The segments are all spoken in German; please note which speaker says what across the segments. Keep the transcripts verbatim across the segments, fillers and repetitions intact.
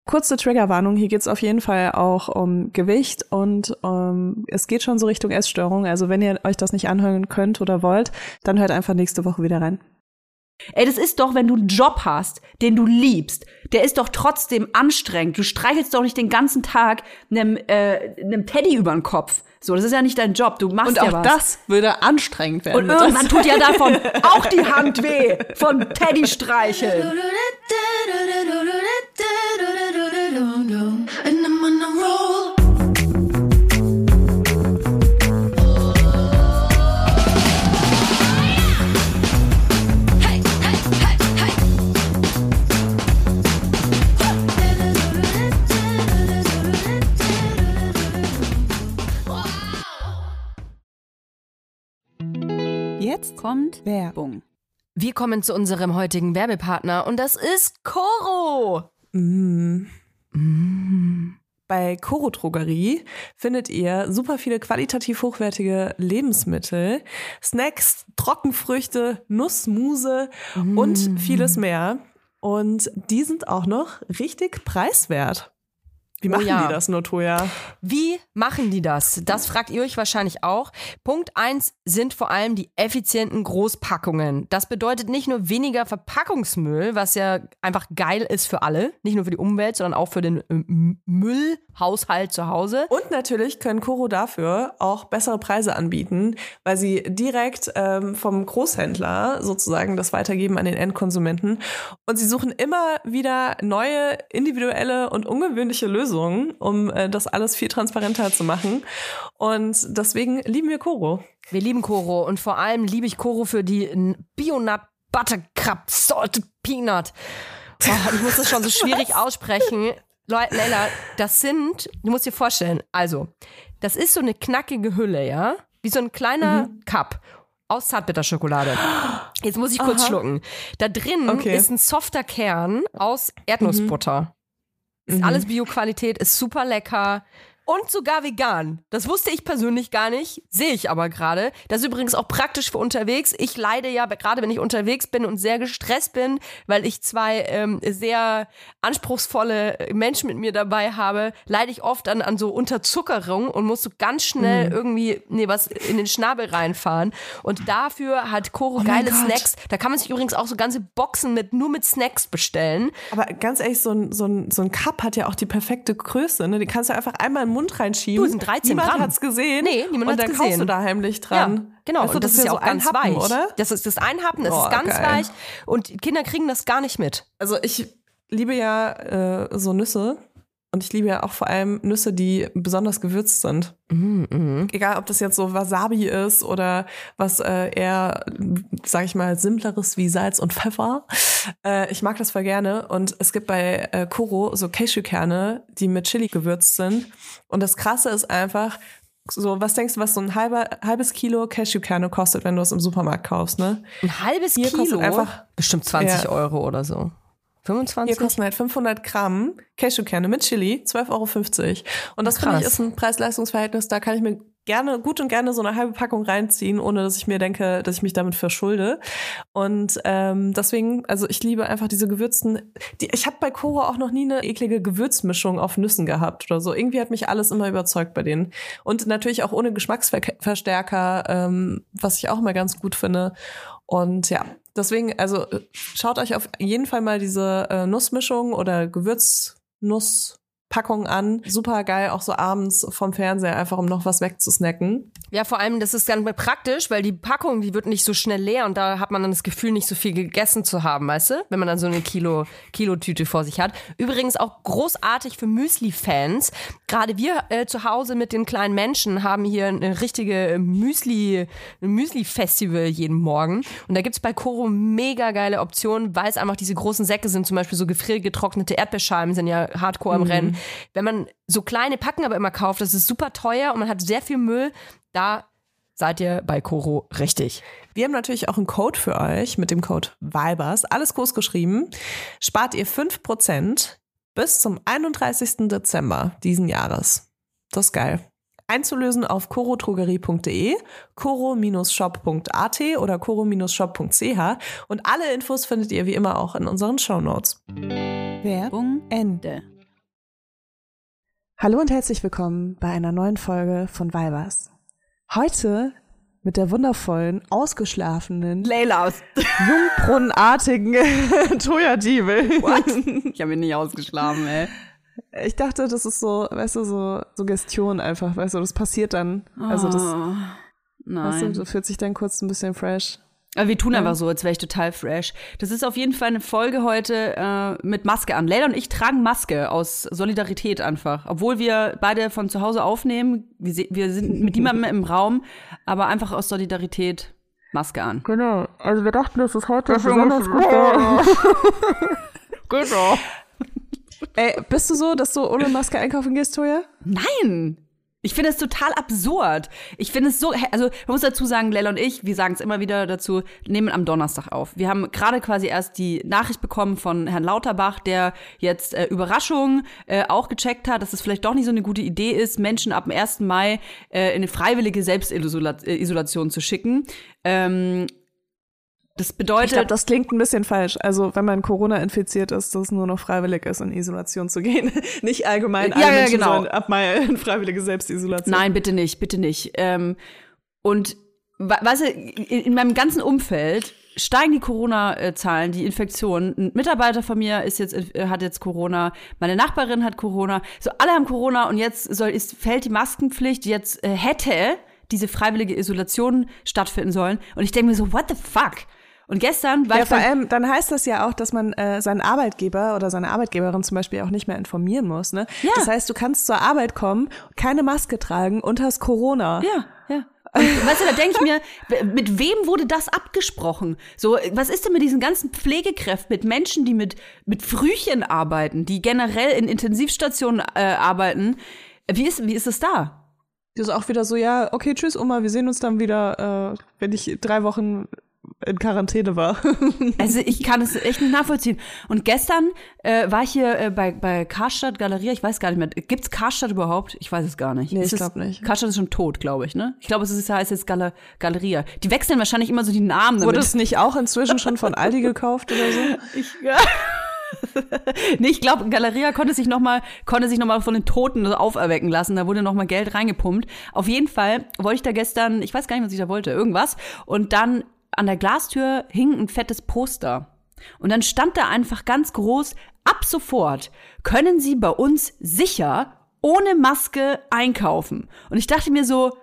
Speaker 1: Kurze Triggerwarnung, hier geht's auf jeden Fall auch um Gewicht und um, es geht schon so Richtung Essstörung. Also wenn ihr euch das nicht anhören könnt oder wollt, dann hört einfach nächste Woche wieder rein.
Speaker 2: Ey, das ist doch, wenn du einen Job hast, den du liebst, der ist doch trotzdem anstrengend. Du streichelst doch nicht den ganzen Tag einem, äh, einem Teddy über den Kopf. So, das ist ja nicht dein Job, du machst
Speaker 1: und
Speaker 2: ja was.
Speaker 1: Und auch das würde anstrengend werden.
Speaker 2: Und irgendwann tut ja davon auch die Hand weh, von Teddy streicheln.
Speaker 3: Jetzt kommt Werbung.
Speaker 4: Wir kommen zu unserem heutigen Werbepartner und das ist Coro.
Speaker 1: Mm. Mm. Bei Coro Drogerie findet ihr super viele qualitativ hochwertige Lebensmittel, Snacks, Trockenfrüchte, Nussmuse mm. und vieles mehr. Und die sind auch noch richtig preiswert. Wie machen oh ja. die das nur, Toja?
Speaker 4: Wie machen die das? Das fragt ihr euch wahrscheinlich auch. Punkt eins sind vor allem die effizienten Großpackungen. Das bedeutet nicht nur weniger Verpackungsmüll, was ja einfach geil ist für alle. Nicht nur für die Umwelt, sondern auch für den äh, Müllhaushalt zu Hause.
Speaker 1: Und natürlich können Coro dafür auch bessere Preise anbieten, weil sie direkt ähm, vom Großhändler sozusagen das weitergeben an den Endkonsumenten. Und sie suchen immer wieder neue, individuelle und ungewöhnliche Lösungen, um äh, das alles viel transparenter zu machen. Und deswegen lieben wir Coro.
Speaker 4: Wir lieben Coro und vor allem liebe ich Coro für die Bio-Nut Buttercup Salted Peanut. Oh, ich muss das schon so schwierig aussprechen. Leute, Leila, das sind, du musst dir vorstellen, also, das ist so eine knackige Hülle, ja? Wie so ein kleiner mhm. Cup aus Zartbitterschokolade. Jetzt muss ich kurz Aha. schlucken. Da drin okay. ist ein softer Kern aus Erdnussbutter. Mhm. Ist alles Bio-Qualität, ist super lecker und sogar vegan. Das wusste ich persönlich gar nicht, sehe ich aber gerade. Das ist übrigens auch praktisch für unterwegs. Ich leide ja, gerade wenn ich unterwegs bin und sehr gestresst bin, weil ich zwei ähm, sehr anspruchsvolle Menschen mit mir dabei habe, leide ich oft an, an so Unterzuckerung und muss so ganz schnell mm. irgendwie nee, was in den Schnabel reinfahren. Und dafür hat Coro oh geile Snacks. Da kann man sich übrigens auch so ganze Boxen mit nur mit Snacks bestellen.
Speaker 1: Aber ganz ehrlich, so ein, so ein, so ein Cup hat ja auch die perfekte Größe. Ne? Die kannst du einfach einmal in den Mund reinschieben.
Speaker 4: Du, sind dreizehn
Speaker 1: niemand
Speaker 4: Gramm.
Speaker 1: hat's gesehen.
Speaker 4: Nee, niemand
Speaker 1: und
Speaker 4: hat's gesehen.
Speaker 1: Und dann kaufst du da heimlich dran.
Speaker 4: Ja, genau.
Speaker 1: Weißt du,
Speaker 4: und das,
Speaker 1: das
Speaker 4: ist ja
Speaker 1: so
Speaker 4: auch ganz
Speaker 1: Happen,
Speaker 4: weich.
Speaker 1: Oder?
Speaker 4: Das ist das Einhappen, das
Speaker 1: oh,
Speaker 4: ist ganz
Speaker 1: geil.
Speaker 4: weich. Und Kinder kriegen das gar nicht mit.
Speaker 1: Also ich liebe ja äh, so Nüsse. Und ich liebe ja auch vor allem Nüsse, die besonders gewürzt sind.
Speaker 4: Mhm,
Speaker 1: Egal, ob das jetzt so Wasabi ist oder was äh, eher, sag ich mal, simpleres wie Salz und Pfeffer. Äh, ich mag das voll gerne. Und es gibt bei äh, Coro so Cashewkerne, die mit Chili gewürzt sind. Und das Krasse ist einfach, so, was denkst du, was so ein halber, halbes Kilo Cashewkerne kostet, wenn du es im Supermarkt kaufst, ne?
Speaker 4: Ein halbes
Speaker 1: Hier
Speaker 4: Kilo?
Speaker 1: Kostet einfach,
Speaker 4: bestimmt zwanzig
Speaker 1: ja.
Speaker 4: Euro oder so. fünfundzwanzig?
Speaker 1: Hier kosten halt fünfhundert Gramm Cashewkerne mit Chili, zwölf Euro fünfzig. Und das finde ich ist ein Preis-Leistungs-Verhältnis, da kann ich mir gerne, gut und gerne so eine halbe Packung reinziehen, ohne dass ich mir denke, dass ich mich damit verschulde. Und ähm, deswegen, also ich liebe einfach diese gewürzten, die, ich habe bei Coro auch noch nie eine eklige Gewürzmischung auf Nüssen gehabt oder so. Irgendwie hat mich alles immer überzeugt bei denen. Und natürlich auch ohne Geschmacksverstärker, ähm, was ich auch mal ganz gut finde. Und ja, deswegen, also schaut euch auf jeden Fall mal diese äh, Nussmischung oder Gewürznusspackung an. Super geil, auch so abends vom Fernseher, einfach um noch was wegzusnacken.
Speaker 4: Ja, vor allem, das ist ganz praktisch, weil die Packung, die wird nicht so schnell leer und da hat man dann das Gefühl, nicht so viel gegessen zu haben, weißt du? Wenn man dann so eine Kilo, Kilo-Tüte vor sich hat. Übrigens auch großartig für Müsli-Fans. Gerade wir äh, zu Hause mit den kleinen Menschen haben hier eine richtige Müsli, ein Müsli-Festival jeden Morgen. Und da gibt's bei Coro mega geile Optionen, weil es einfach diese großen Säcke sind, zum Beispiel so gefriergetrocknete Erdbeerscheiben sind ja hardcore im
Speaker 1: Mhm.
Speaker 4: Rennen. Wenn man so kleine Packen aber immer kauft, das ist super teuer und man hat sehr viel Müll, da seid ihr bei Coro richtig.
Speaker 1: Wir haben natürlich auch einen Code für euch mit dem Code VIBERS, alles groß geschrieben. Spart ihr fünf Prozent bis zum einunddreißigsten Dezember diesen Jahres. Das ist geil. Einzulösen auf corodrogerie punkt de, coro-shop punkt at oder coro-shop punkt ch und alle Infos findet ihr wie immer auch in unseren Shownotes.
Speaker 3: Werbung Ende.
Speaker 1: Hallo und herzlich willkommen bei einer neuen Folge von Weibers. Heute mit der wundervollen, ausgeschlafenen,
Speaker 2: Leila aus
Speaker 1: jungbrunnenartigen Toya Diebel.
Speaker 2: What? Ich habe mich nicht ausgeschlafen, ey.
Speaker 1: Ich dachte, das ist so, weißt du, so Suggestion einfach, weißt du, das passiert dann. Also das,
Speaker 2: oh, nein.
Speaker 1: Weißt du, du fühlst dich dann kurz ein bisschen fresh.
Speaker 2: Aber wir tun einfach so, als wäre ich total fresh. Das ist auf jeden Fall eine Folge heute äh, mit Maske an. Leila und ich tragen Maske aus Solidarität einfach. Obwohl wir beide von zu Hause aufnehmen. Wir, wir sind mit niemandem im Raum, aber einfach aus Solidarität Maske an.
Speaker 1: Genau. Also wir dachten, das ist heute besonders gut. Genau. Ey, bist du so, dass du ohne Maske einkaufen gehst, Toya?
Speaker 2: Nein! Ich finde es total absurd. Ich finde es so, also man muss dazu sagen, Leila und ich, wir sagen es immer wieder dazu, nehmen am Donnerstag auf. Wir haben gerade quasi erst die Nachricht bekommen von Herrn Lauterbach, der jetzt äh, Überraschung äh, auch gecheckt hat, dass es vielleicht doch nicht so eine gute Idee ist, Menschen ab dem ersten Mai äh, in eine freiwillige Selbstisolation zu schicken. Ähm, Das bedeutet,
Speaker 1: ich glaube, das klingt ein bisschen falsch. Also, wenn man Corona infiziert ist, dass es nur noch freiwillig ist, in Isolation zu gehen. Nicht allgemein, alle
Speaker 2: ja, ja,
Speaker 1: Menschen
Speaker 2: genau.
Speaker 1: sollen ab Mai in freiwillige Selbstisolation.
Speaker 2: Nein, bitte nicht, bitte nicht. Ähm, und, weißt du, in, in meinem ganzen Umfeld steigen die Corona-Zahlen, die Infektionen. Ein Mitarbeiter von mir ist jetzt, hat jetzt Corona, meine Nachbarin hat Corona. So, alle haben Corona und jetzt soll, ist, fällt die Maskenpflicht. Jetzt äh, hätte diese freiwillige Isolation stattfinden sollen. Und ich denke mir so, what the fuck? Und gestern war
Speaker 1: ja,
Speaker 2: ich
Speaker 1: vor allem, dann heißt das ja auch, dass man äh, seinen Arbeitgeber oder seine Arbeitgeberin zum Beispiel auch nicht mehr informieren muss, ne?
Speaker 2: Ja.
Speaker 1: Das heißt, du kannst zur Arbeit kommen, keine Maske tragen und hast Corona.
Speaker 2: Ja, ja. Und, weißt du, da denke ich mir, mit wem wurde das abgesprochen? So, was ist denn mit diesen ganzen Pflegekräften, mit Menschen, die mit, mit Frühchen arbeiten, die generell in Intensivstationen äh, arbeiten? Wie ist, wie ist es da?
Speaker 1: Das ist auch wieder so, ja, okay, tschüss Oma, wir sehen uns dann wieder, äh, wenn ich drei Wochen in Quarantäne war.
Speaker 2: Also ich kann es echt nicht nachvollziehen. Und gestern äh, war ich hier äh, bei, bei Karstadt Galeria, ich weiß gar nicht mehr, gibt's Karstadt überhaupt? Ich weiß es gar nicht.
Speaker 1: Nee,
Speaker 2: ist
Speaker 1: ich glaube nicht.
Speaker 2: Karstadt ist schon tot, glaube ich, ne? Ich glaube, es ist, heißt jetzt Gale, Galeria. Die wechseln wahrscheinlich immer so die Namen.
Speaker 1: Wurde es nicht auch inzwischen schon von Aldi gekauft oder so?
Speaker 2: Ich, ja. Nee, ich glaube, Galeria konnte sich noch mal konnte sich noch mal von den Toten auferwecken lassen. Da wurde noch mal Geld reingepumpt. Auf jeden Fall wollte ich da gestern, ich weiß gar nicht, was ich da wollte, irgendwas. Und dann an der Glastür hing ein fettes Poster. Und dann stand da einfach ganz groß, ab sofort können Sie bei uns sicher ohne Maske einkaufen. Und ich dachte mir so,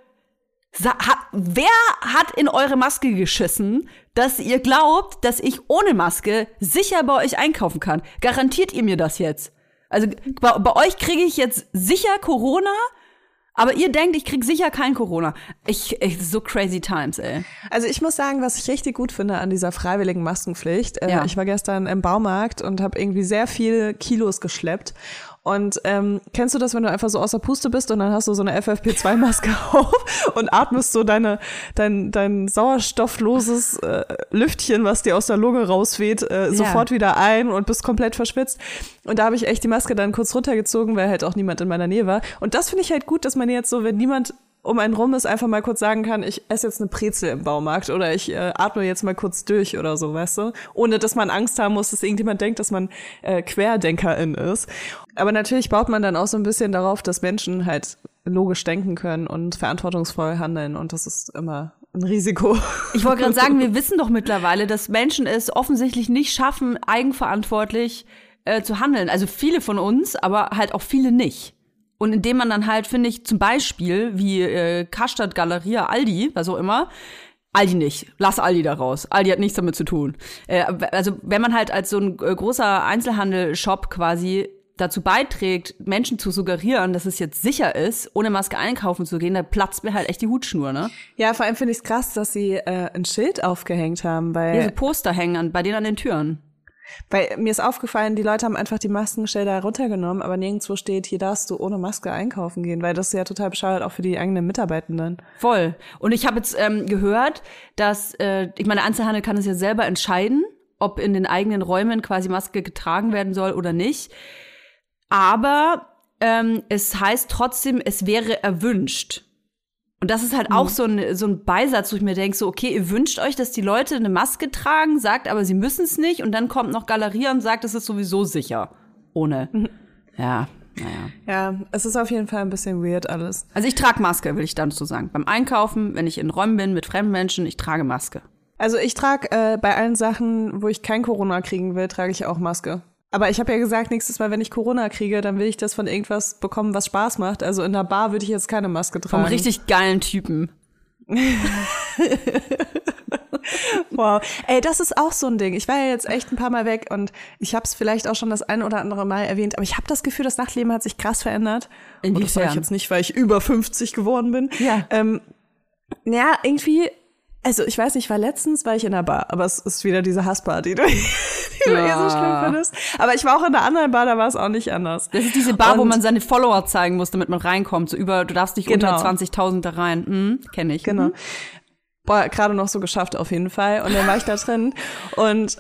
Speaker 2: hat, wer hat in eure Maske geschissen, dass ihr glaubt, dass ich ohne Maske sicher bei euch einkaufen kann? Garantiert ihr mir das jetzt? Also bei, bei euch kriege ich jetzt sicher Corona, aber ihr denkt, ich krieg sicher kein Corona. Ich, ich so crazy times, ey.
Speaker 1: Also ich muss sagen, was ich richtig gut finde an dieser freiwilligen Maskenpflicht. Äh,
Speaker 2: Ja.
Speaker 1: Ich war gestern im Baumarkt und habe irgendwie sehr viel Kilos geschleppt. Und ähm, kennst du das, wenn du einfach so außer Puste bist und dann hast du so eine F F P zwei Maske auf und atmest so deine dein dein sauerstoffloses äh, Lüftchen, was dir aus der Lunge rausweht, äh,
Speaker 2: Ja.
Speaker 1: sofort wieder ein und bist komplett verschwitzt. Und da habe ich echt die Maske dann kurz runtergezogen, weil halt auch niemand in meiner Nähe war. Und das finde ich halt gut, dass man jetzt so, wenn niemand um einen rum ist, einfach mal kurz sagen kann, ich esse jetzt eine Brezel im Baumarkt oder ich äh, atme jetzt mal kurz durch oder so, weißt du? Ohne, dass man Angst haben muss, dass irgendjemand denkt, dass man äh, Querdenkerin ist. Aber natürlich baut man dann auch so ein bisschen darauf, dass Menschen halt logisch denken können und verantwortungsvoll handeln und das ist immer ein Risiko.
Speaker 2: Ich wollte gerade sagen, wir wissen doch mittlerweile, dass Menschen es offensichtlich nicht schaffen, eigenverantwortlich äh, zu handeln. Also viele von uns, aber halt auch viele nicht. Und indem man dann halt, finde ich, zum Beispiel wie äh, Karstadt, Galeria, Aldi, was auch immer, Aldi nicht, lass Aldi da raus. Aldi hat nichts damit zu tun. Äh, also wenn man halt als so ein äh, großer Einzelhandel-Shop quasi dazu beiträgt, Menschen zu suggerieren, dass es jetzt sicher ist, ohne Maske einkaufen zu gehen, da platzt mir halt echt die Hutschnur, ne?
Speaker 1: Ja, vor allem finde ich es krass, dass sie äh, ein Schild aufgehängt haben, weil
Speaker 2: Diese Poster hängen an, bei denen an den Türen.
Speaker 1: Weil mir ist aufgefallen, die Leute haben einfach die Maskenschilder runtergenommen, aber nirgendwo steht, hier darfst du ohne Maske einkaufen gehen, weil das ist ja total bescheuert auch für die eigenen Mitarbeitenden.
Speaker 2: Voll. Und ich habe jetzt ähm, gehört, dass, äh, ich meine, der Einzelhandel kann es ja selber entscheiden, ob in den eigenen Räumen quasi Maske getragen werden soll oder nicht. Aber ähm, es heißt trotzdem, es wäre erwünscht. Und das ist halt auch so ein, so ein Beisatz, wo ich mir denke, so, okay, ihr wünscht euch, dass die Leute eine Maske tragen, sagt aber, sie müssen es nicht. Und dann kommt noch Galeria und sagt, es ist sowieso sicher. Ohne. Mhm. Ja, naja.
Speaker 1: Ja, es ist auf jeden Fall ein bisschen weird alles.
Speaker 2: Also ich trage Maske, will ich dann so sagen. Beim Einkaufen, wenn ich in Räumen bin mit fremden Menschen, ich trage Maske.
Speaker 1: Also ich trage äh, bei allen Sachen, wo ich kein Corona kriegen will, trage ich auch Maske. Aber ich habe ja gesagt, nächstes Mal, wenn ich Corona kriege, dann will ich das von irgendwas bekommen, was Spaß macht. Also in der Bar würde ich jetzt keine Maske tragen.
Speaker 2: Vom richtig geilen Typen.
Speaker 1: Wow. Ey, das ist auch so ein Ding. Ich war ja jetzt echt ein paar Mal weg und ich habe es vielleicht auch schon das ein oder andere Mal erwähnt, aber ich habe das Gefühl, das Nachtleben hat sich krass verändert.
Speaker 2: Inwiefern?
Speaker 1: Und das sage ich jetzt nicht, weil ich über fünfzig geworden bin.
Speaker 2: Ja.
Speaker 1: Ähm, ja, irgendwie, also ich weiß nicht, war letztens war ich in der Bar, aber es ist wieder diese Hassbar, die du, die du eh so schlimm findest. Aber ich war auch in einer anderen Bar, da war es auch nicht anders.
Speaker 2: Das ist diese Bar,
Speaker 1: und,
Speaker 2: wo man seine Follower zeigen muss, damit man reinkommt. So über, du darfst nicht
Speaker 1: genau.
Speaker 2: unter zwanzigtausend da rein. Hm, kenne ich.
Speaker 1: Genau.
Speaker 2: Mhm.
Speaker 1: Boah, gerade noch so geschafft auf jeden Fall. Und dann war ich da drin und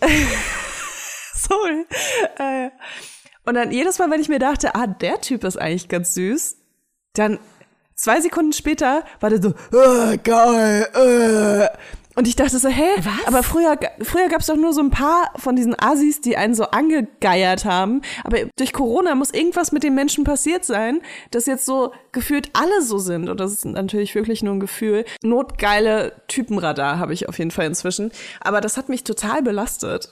Speaker 1: sorry. Äh, und dann jedes Mal, wenn ich mir dachte, ah, der Typ ist eigentlich ganz süß, dann zwei Sekunden später war der so, äh, geil, äh. Und ich dachte so, hä?
Speaker 2: Was?
Speaker 1: Aber früher, früher gab's doch nur so ein paar von diesen Assis, die einen so angegeiert haben. Aber durch Corona muss irgendwas mit den Menschen passiert sein, dass jetzt so gefühlt alle so sind. Und das ist natürlich wirklich nur ein Gefühl. Notgeile Typenradar habe ich auf jeden Fall inzwischen. Aber das hat mich total belastet.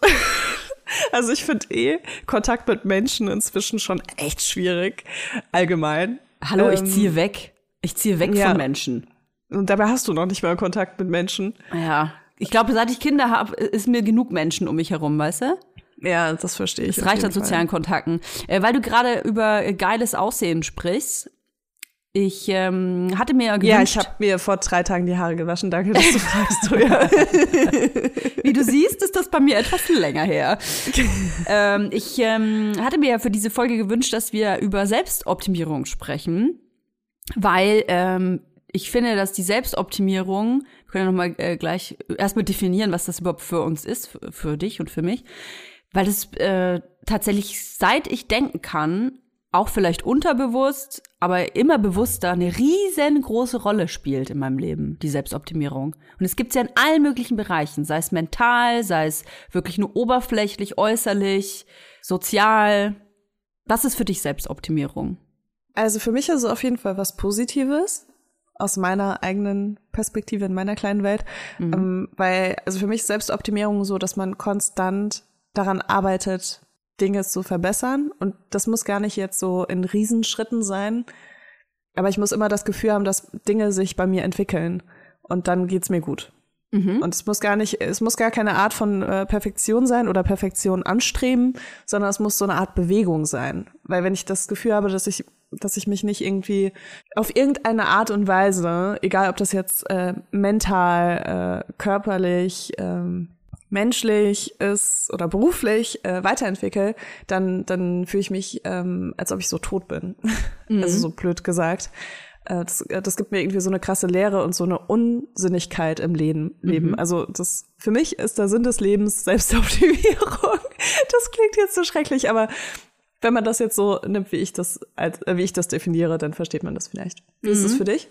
Speaker 1: Also ich finde eh Kontakt mit Menschen inzwischen schon echt schwierig. Allgemein.
Speaker 2: Hallo,
Speaker 1: ähm,
Speaker 2: ich ziehe weg. Ich ziehe weg
Speaker 1: ja.
Speaker 2: von Menschen.
Speaker 1: Und dabei hast du noch nicht mal Kontakt mit Menschen.
Speaker 2: Ja, ich glaube, seit ich Kinder habe, ist mir genug Menschen um mich herum, weißt du?
Speaker 1: Ja, das verstehe ich.
Speaker 2: Es reicht an sozialen Kontakten. Äh, weil du gerade über äh, geiles Aussehen sprichst. Ich ähm, hatte mir ja gewünscht...
Speaker 1: Ja, ich habe mir vor drei Tagen die Haare gewaschen. Danke, dass du fragst, Julia.
Speaker 2: Wie du siehst, ist das bei mir etwas länger her. ähm, ich ähm, hatte mir ja für diese Folge gewünscht, dass wir über Selbstoptimierung sprechen. Weil ähm, ich finde, dass die Selbstoptimierung, wir können ja nochmal äh, gleich erstmal definieren, was das überhaupt für uns ist, für, für dich und für mich, weil das äh, tatsächlich, seit ich denken kann, auch vielleicht unterbewusst, aber immer bewusster eine riesengroße Rolle spielt in meinem Leben, die Selbstoptimierung. Und es gibt's ja in allen möglichen Bereichen, sei es mental, sei es wirklich nur oberflächlich, äußerlich, sozial. Was ist für dich Selbstoptimierung?
Speaker 1: Also für mich ist es auf jeden Fall was Positives. Aus meiner eigenen Perspektive in meiner kleinen Welt. Mhm. Ähm, weil, also für mich ist Selbstoptimierung so, dass man konstant daran arbeitet, Dinge zu verbessern. Und das muss gar nicht jetzt so in Riesenschritten sein. Aber ich muss immer das Gefühl haben, dass Dinge sich bei mir entwickeln. Und dann geht's mir gut. Mhm. Und es muss gar nicht, es muss gar keine Art von äh, Perfektion sein oder Perfektion anstreben, sondern es muss so eine Art Bewegung sein. Weil wenn ich das Gefühl habe, dass ich dass ich mich nicht irgendwie auf irgendeine Art und Weise, egal ob das jetzt äh, mental, äh, körperlich, äh, menschlich ist oder beruflich äh, weiterentwickle, dann dann fühle ich mich, ähm, als ob ich so tot bin. Mhm. Also so blöd gesagt. Äh, das, das gibt mir irgendwie so eine krasse Leere und so eine Unsinnigkeit im Leben. Mhm. Also das für mich ist der Sinn des Lebens Selbstoptimierung. Das klingt jetzt so schrecklich, aber wenn man das jetzt so nimmt, wie ich das, als, äh, wie ich das definiere, dann versteht man das vielleicht. Wie mhm. ist es für dich?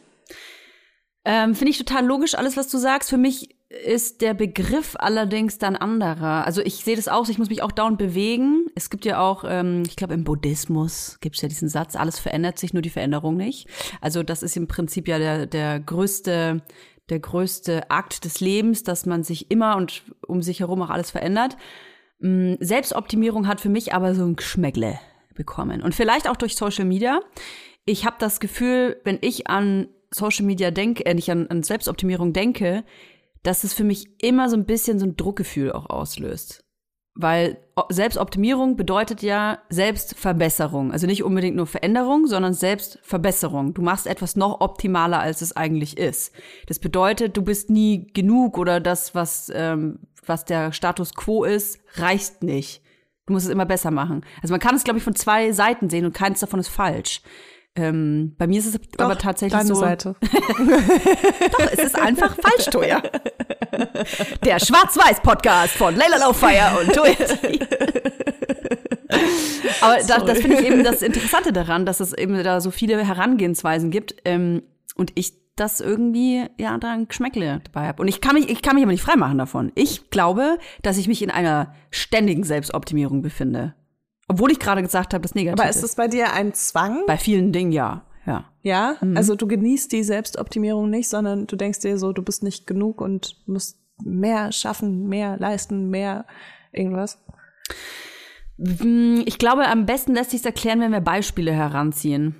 Speaker 2: Ähm, finde ich total logisch, alles, was du sagst. Für mich ist der Begriff allerdings dann anderer. Also ich sehe das auch, ich muss mich auch dauernd bewegen. Es gibt ja auch, ähm, ich glaube im Buddhismus gibt es ja diesen Satz, alles verändert sich, nur die Veränderung nicht. Also das ist im Prinzip ja der, der größte, der größte Akt des Lebens, dass man sich immer und um sich herum auch alles verändert. Selbstoptimierung hat für mich aber so ein Geschmäckle bekommen. Und vielleicht auch durch Social Media. Ich habe das Gefühl, wenn ich an Social Media denke, äh, nicht an, an Selbstoptimierung denke, dass es für mich immer so ein bisschen so ein Druckgefühl auch auslöst. Weil Selbstoptimierung bedeutet ja Selbstverbesserung. Also nicht unbedingt nur Veränderung, sondern Selbstverbesserung. Du machst etwas noch optimaler, als es eigentlich ist. Das bedeutet, du bist nie genug oder das, was ähm, was der Status quo ist, reicht nicht. Du musst es immer besser machen. Also man kann es, glaube ich, von zwei Seiten sehen und keins davon ist falsch. Ähm, bei mir ist es Doch, aber tatsächlich
Speaker 1: deine
Speaker 2: so.
Speaker 1: Seite.
Speaker 2: Doch, es ist einfach falsch, Toja. Der Schwarz-Weiß-Podcast von Leila Laufeier und Toja. Aber da, das finde ich eben das Interessante daran, dass es eben da so viele Herangehensweisen gibt ähm, und ich das irgendwie, ja, da ein Geschmäckle dabei habe. Und ich kann mich, ich kann mich aber nicht freimachen davon. Ich glaube, dass ich mich in einer ständigen Selbstoptimierung befinde. Obwohl ich gerade gesagt habe, das negativ
Speaker 1: Aber ist es bei dir ein Zwang?
Speaker 2: Bei vielen Dingen ja, ja.
Speaker 1: Ja, mhm. Also du genießt die Selbstoptimierung nicht, sondern du denkst dir so, du bist nicht genug und musst mehr schaffen, mehr leisten, mehr irgendwas?
Speaker 2: Ich glaube, am besten lässt sich es erklären, wenn wir Beispiele heranziehen.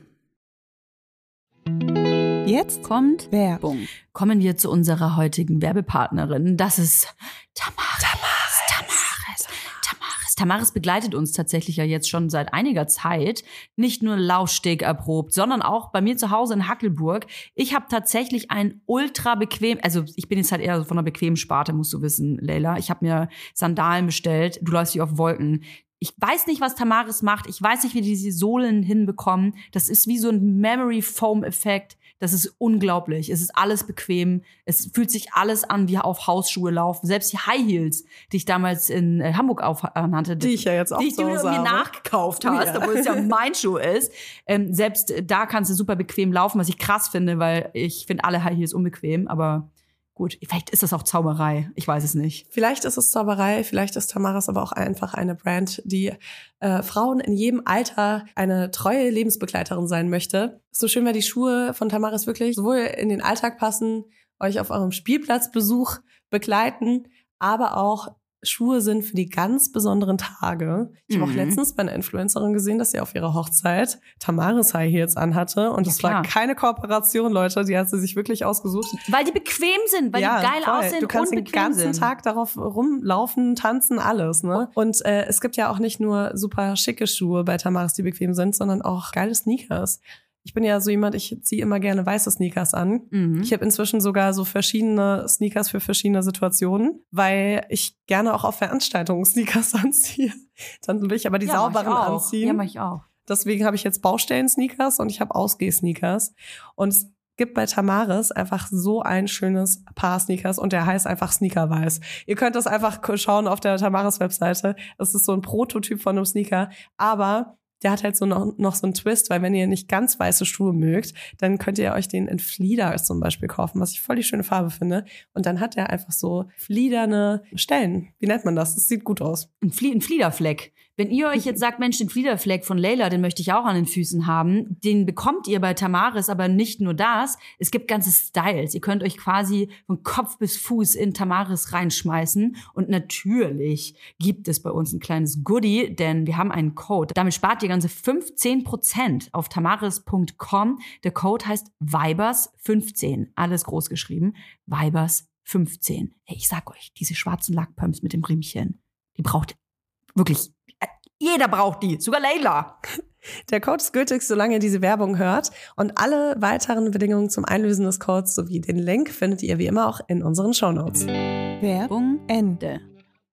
Speaker 1: Jetzt
Speaker 2: kommt
Speaker 1: Werbung.
Speaker 2: Kommen wir zu unserer heutigen Werbepartnerin. Das ist Tamaris. Tamaris. Tamaris. Tamaris. Tamaris begleitet uns tatsächlich ja jetzt schon seit einiger Zeit. Nicht nur Laufsteg erprobt, sondern auch bei mir zu Hause in Hackelburg. Ich habe tatsächlich ein ultra bequem, also ich bin jetzt halt eher von einer bequemen Sparte, musst du wissen, Leila. Ich habe mir Sandalen bestellt. Du läufst wie auf Wolken. Ich weiß nicht, was Tamaris macht. Ich weiß nicht, wie die diese Sohlen hinbekommen. Das ist wie so ein Memory-Foam-Effekt. Das ist unglaublich. Es ist alles bequem. Es fühlt sich alles an wie auf Hausschuhe laufen. Selbst die High Heels, die ich damals in äh, Hamburg aufnannte.
Speaker 1: Die ich ja jetzt auch
Speaker 2: Die, die du mir nachgekauft hast, ja. Obwohl es ja mein Schuh ist. Ähm, selbst da kannst du super bequem laufen, was ich krass finde, weil ich finde alle High Heels unbequem. Aber gut, vielleicht ist das auch Zauberei. Ich weiß es nicht.
Speaker 1: Vielleicht ist es Zauberei, vielleicht ist Tamaris aber auch einfach eine Brand, die äh, Frauen in jedem Alter eine treue Lebensbegleiterin sein möchte. Ist so schön, weil die Schuhe von Tamaris wirklich sowohl in den Alltag passen, euch auf eurem Spielplatzbesuch begleiten, aber auch Schuhe sind für die ganz besonderen Tage. Ich habe mhm. auch letztens bei einer Influencerin gesehen, dass sie auf ihrer Hochzeit Tamaris High Heels anhatte. Und es ja, war keine Kooperation, Leute. Die hat sie sich wirklich ausgesucht.
Speaker 2: Weil die bequem sind, weil ja, die geil voll. aussehen.
Speaker 1: Du kannst
Speaker 2: und
Speaker 1: den ganzen
Speaker 2: sind.
Speaker 1: Tag darauf rumlaufen, tanzen, alles. Ne? Und äh, es gibt ja auch nicht nur super schicke Schuhe bei Tamaris, die bequem sind, sondern auch geile Sneakers. Ich bin ja so jemand, ich ziehe immer gerne weiße Sneakers an. Mhm. Ich habe inzwischen sogar so verschiedene Sneakers für verschiedene Situationen, weil ich gerne auch auf Veranstaltungen Sneakers anziehe. Dann will ich aber die ja, sauberen anziehen.
Speaker 2: Ja, mach ich auch.
Speaker 1: Deswegen habe ich jetzt Baustellen-Sneakers und ich habe Ausgeh-Sneakers. Und es gibt bei Tamaris einfach so ein schönes Paar Sneakers und der heißt einfach Sneakerweiß. Ihr könnt das einfach schauen auf der Tamaris-Webseite. Das ist so ein Prototyp von einem Sneaker, aber der hat halt so noch, noch so einen Twist, weil wenn ihr nicht ganz weiße Schuhe mögt, dann könnt ihr euch den in Flieder zum Beispiel kaufen, was ich voll die schöne Farbe finde. Und dann hat der einfach so fliederne Stellen. Wie nennt man das? Das sieht gut aus.
Speaker 2: Ein, Flie- ein Fliederfleck. Wenn ihr euch jetzt sagt, Mensch, den Fliederfleck von Leila, den möchte ich auch an den Füßen haben, den bekommt ihr bei Tamaris, aber nicht nur das. Es gibt ganze Styles. Ihr könnt euch quasi von Kopf bis Fuß in Tamaris reinschmeißen. Und natürlich gibt es bei uns ein kleines Goodie, denn wir haben einen Code. Damit spart ihr ganze fünfzehn Prozent auf tamaris punkt com. Der Code heißt Vibers fünfzehn. Alles groß geschrieben. Vibers fünfzehn. Hey, ich sag euch, diese schwarzen Lackpumps mit dem Riemchen, die braucht wirklich, jeder braucht die, sogar Leila.
Speaker 1: Der Code ist gültig, solange ihr diese Werbung hört. Und alle weiteren Bedingungen zum Einlösen des Codes sowie den Link findet ihr wie immer auch in unseren Shownotes.
Speaker 2: Werbung Ende.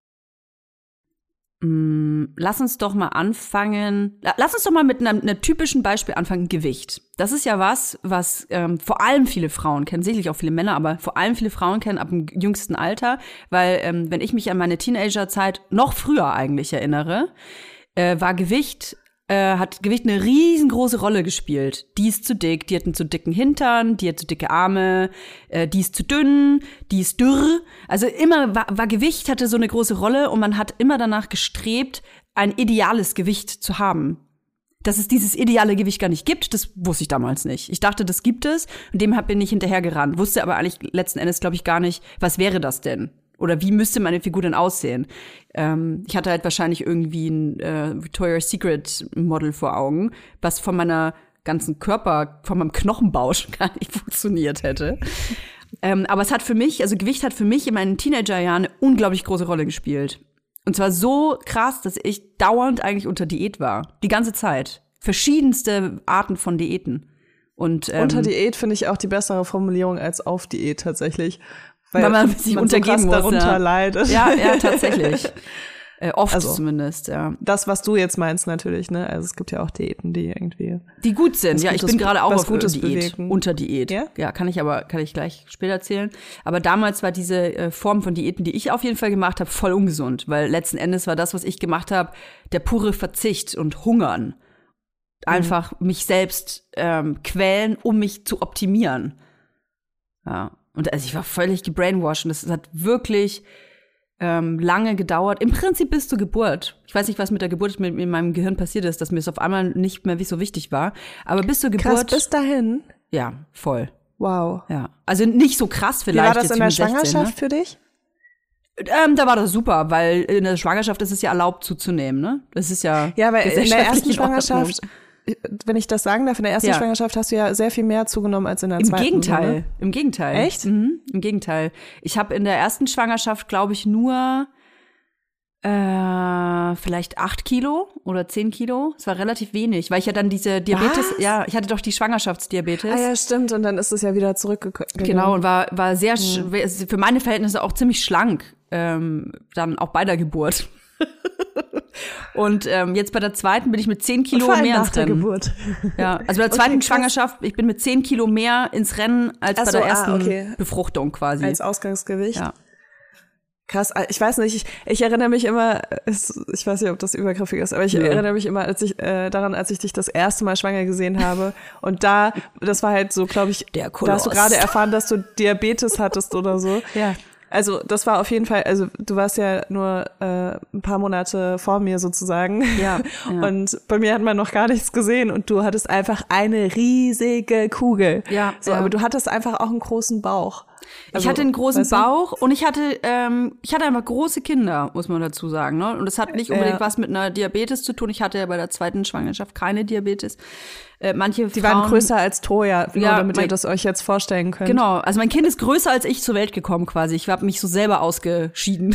Speaker 2: Lass uns doch mal anfangen, lass uns doch mal mit einem, einem typischen Beispiel anfangen, Gewicht. Das ist ja was, was ähm, vor allem viele Frauen kennen, sicherlich auch viele Männer, aber vor allem viele Frauen kennen ab dem jüngsten Alter, weil ähm, wenn ich mich an meine Teenagerzeit noch früher eigentlich erinnere, äh, war Gewicht Äh, hat Gewicht eine riesengroße Rolle gespielt. Die ist zu dick, die hat einen zu dicken Hintern, die hat zu dicke Arme, äh, die ist zu dünn, die ist dürr. Also immer war, war Gewicht hatte so eine große Rolle und man hat immer danach gestrebt, ein ideales Gewicht zu haben. Dass es dieses ideale Gewicht gar nicht gibt, das wusste ich damals nicht. Ich dachte, das gibt es und dem bin ich hinterhergerannt. Wusste aber eigentlich letzten Endes, glaube ich, gar nicht, was wäre das denn? Oder wie müsste meine Figur denn aussehen? Ähm, ich hatte halt wahrscheinlich irgendwie ein äh, Victoria's Secret Model vor Augen, was von meiner ganzen Körper, von meinem Knochenbau schon gar nicht funktioniert hätte. ähm, aber es hat für mich, also Gewicht hat für mich in meinen Teenagerjahren eine unglaublich große Rolle gespielt. Und zwar so krass, dass ich dauernd eigentlich unter Diät war. Die ganze Zeit. Verschiedenste Arten von Diäten. Und, ähm,
Speaker 1: unter Diät finde ich auch die bessere Formulierung als auf Diät tatsächlich. Weil,
Speaker 2: weil man sich
Speaker 1: man
Speaker 2: untergeben
Speaker 1: so
Speaker 2: muss,
Speaker 1: darunter
Speaker 2: ja.
Speaker 1: leidet.
Speaker 2: Ja, ja, tatsächlich. Äh, oft
Speaker 1: also,
Speaker 2: zumindest, ja.
Speaker 1: Das, was du jetzt meinst, natürlich, ne? Also es gibt ja auch Diäten, die irgendwie
Speaker 2: die gut sind. Ja, Gutes, ich bin gerade auch auf
Speaker 1: Gutes
Speaker 2: Diät,
Speaker 1: bewegen.
Speaker 2: unter Diät.
Speaker 1: Ja?
Speaker 2: ja, kann ich aber kann ich gleich später erzählen. Aber damals war diese äh, Form von Diäten, die ich auf jeden Fall gemacht habe, voll ungesund, weil letzten Endes war das, was ich gemacht habe, der pure Verzicht und Hungern. Einfach mhm. mich selbst ähm, quälen, um mich zu optimieren. Ja. Und also ich war völlig gebrainwashed und das hat wirklich ähm, lange gedauert. Im Prinzip bis zur Geburt. Ich weiß nicht, was mit der Geburt mit in meinem Gehirn passiert ist, dass mir es auf einmal nicht mehr so wichtig war. Aber bis zur Geburt.
Speaker 1: Krass, bis dahin?
Speaker 2: Ja, voll.
Speaker 1: Wow.
Speaker 2: Ja. Also nicht so krass vielleicht.
Speaker 1: Wie war das in der
Speaker 2: sechzehn,
Speaker 1: Schwangerschaft
Speaker 2: ne?
Speaker 1: für dich?
Speaker 2: Ähm, da war das super, weil in der Schwangerschaft ist es ja erlaubt zuzunehmen, ne? Das ist ja
Speaker 1: Ja, weil in der ersten Schwangerschaft,
Speaker 2: Ordnung.
Speaker 1: wenn ich das sagen darf, in der ersten
Speaker 2: ja.
Speaker 1: Schwangerschaft hast du ja sehr viel mehr zugenommen als in der
Speaker 2: Im
Speaker 1: zweiten.
Speaker 2: Gegenteil,
Speaker 1: ne?
Speaker 2: im Gegenteil.
Speaker 1: Echt?
Speaker 2: Mhm, im Gegenteil. Ich habe in der ersten Schwangerschaft, glaube ich, nur äh, vielleicht acht Kilo oder zehn Kilo. Es war relativ wenig, weil ich ja dann diese Diabetes,
Speaker 1: Was?
Speaker 2: ja, ich hatte doch die Schwangerschaftsdiabetes.
Speaker 1: Ah ja, stimmt. Und dann ist es ja wieder zurückgekommen.
Speaker 2: Genau, und war, war sehr, mhm. für meine Verhältnisse auch ziemlich schlank, ähm, dann auch bei der Geburt. Und ähm, jetzt bei der zweiten bin ich mit zehn Kilo mehr
Speaker 1: nach
Speaker 2: ins
Speaker 1: der
Speaker 2: Rennen.
Speaker 1: Geburt.
Speaker 2: Ja, also bei der zweiten
Speaker 1: Okay,
Speaker 2: Schwangerschaft, ich bin mit zehn Kilo mehr ins Rennen als
Speaker 1: Ach
Speaker 2: bei
Speaker 1: so,
Speaker 2: der
Speaker 1: ah,
Speaker 2: ersten
Speaker 1: okay.
Speaker 2: Befruchtung quasi.
Speaker 1: Als Ausgangsgewicht.
Speaker 2: Ja.
Speaker 1: Krass, ich weiß nicht, ich, ich erinnere mich immer, ich weiß nicht, ob das übergriffig ist, aber ich
Speaker 2: ja.
Speaker 1: erinnere mich immer als ich, äh, daran, als ich dich das erste Mal schwanger gesehen habe. Und da, das war halt so, glaube ich,
Speaker 2: Der
Speaker 1: da hast du gerade erfahren, dass du Diabetes hattest oder so.
Speaker 2: Ja.
Speaker 1: Also das war auf jeden Fall, also du warst ja nur äh, ein paar Monate vor mir sozusagen.
Speaker 2: Ja, ja.
Speaker 1: Und bei mir hat man noch gar nichts gesehen und du hattest einfach eine riesige Kugel.
Speaker 2: Ja,
Speaker 1: so,
Speaker 2: ja.
Speaker 1: Aber du hattest einfach auch einen großen Bauch. Also,
Speaker 2: ich hatte einen großen
Speaker 1: weißt du?
Speaker 2: Bauch und ich hatte ähm, ich hatte einfach große Kinder, muss man dazu sagen, ne? Und das hat nicht unbedingt
Speaker 1: ja.
Speaker 2: was mit einer Diabetes zu tun. Ich hatte ja bei der zweiten Schwangerschaft keine Diabetes. Äh, manche
Speaker 1: Die
Speaker 2: Frauen,
Speaker 1: waren größer als Troja, nur
Speaker 2: Ja,
Speaker 1: damit
Speaker 2: mein,
Speaker 1: ihr das euch jetzt vorstellen könnt.
Speaker 2: Genau, also mein Kind ist größer als ich zur Welt gekommen quasi. Ich habe mich so selber ausgeschieden.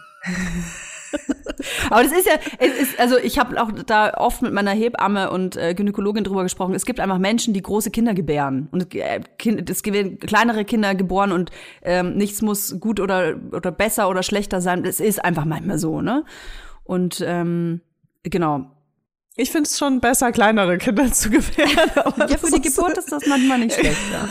Speaker 2: Aber das ist ja, es ist, also ich habe auch da oft mit meiner Hebamme und äh, Gynäkologin drüber gesprochen. Es gibt einfach Menschen, die große Kinder gebären und äh, kind, es werden kleinere Kinder geboren und ähm, nichts muss gut oder oder besser oder schlechter sein. Es ist einfach manchmal so, ne? Und ähm, genau.
Speaker 1: Ich finde es schon besser, kleinere Kinder zu gebären. Aber
Speaker 2: Ja, für die Geburt ist das manchmal nicht schlecht, ja.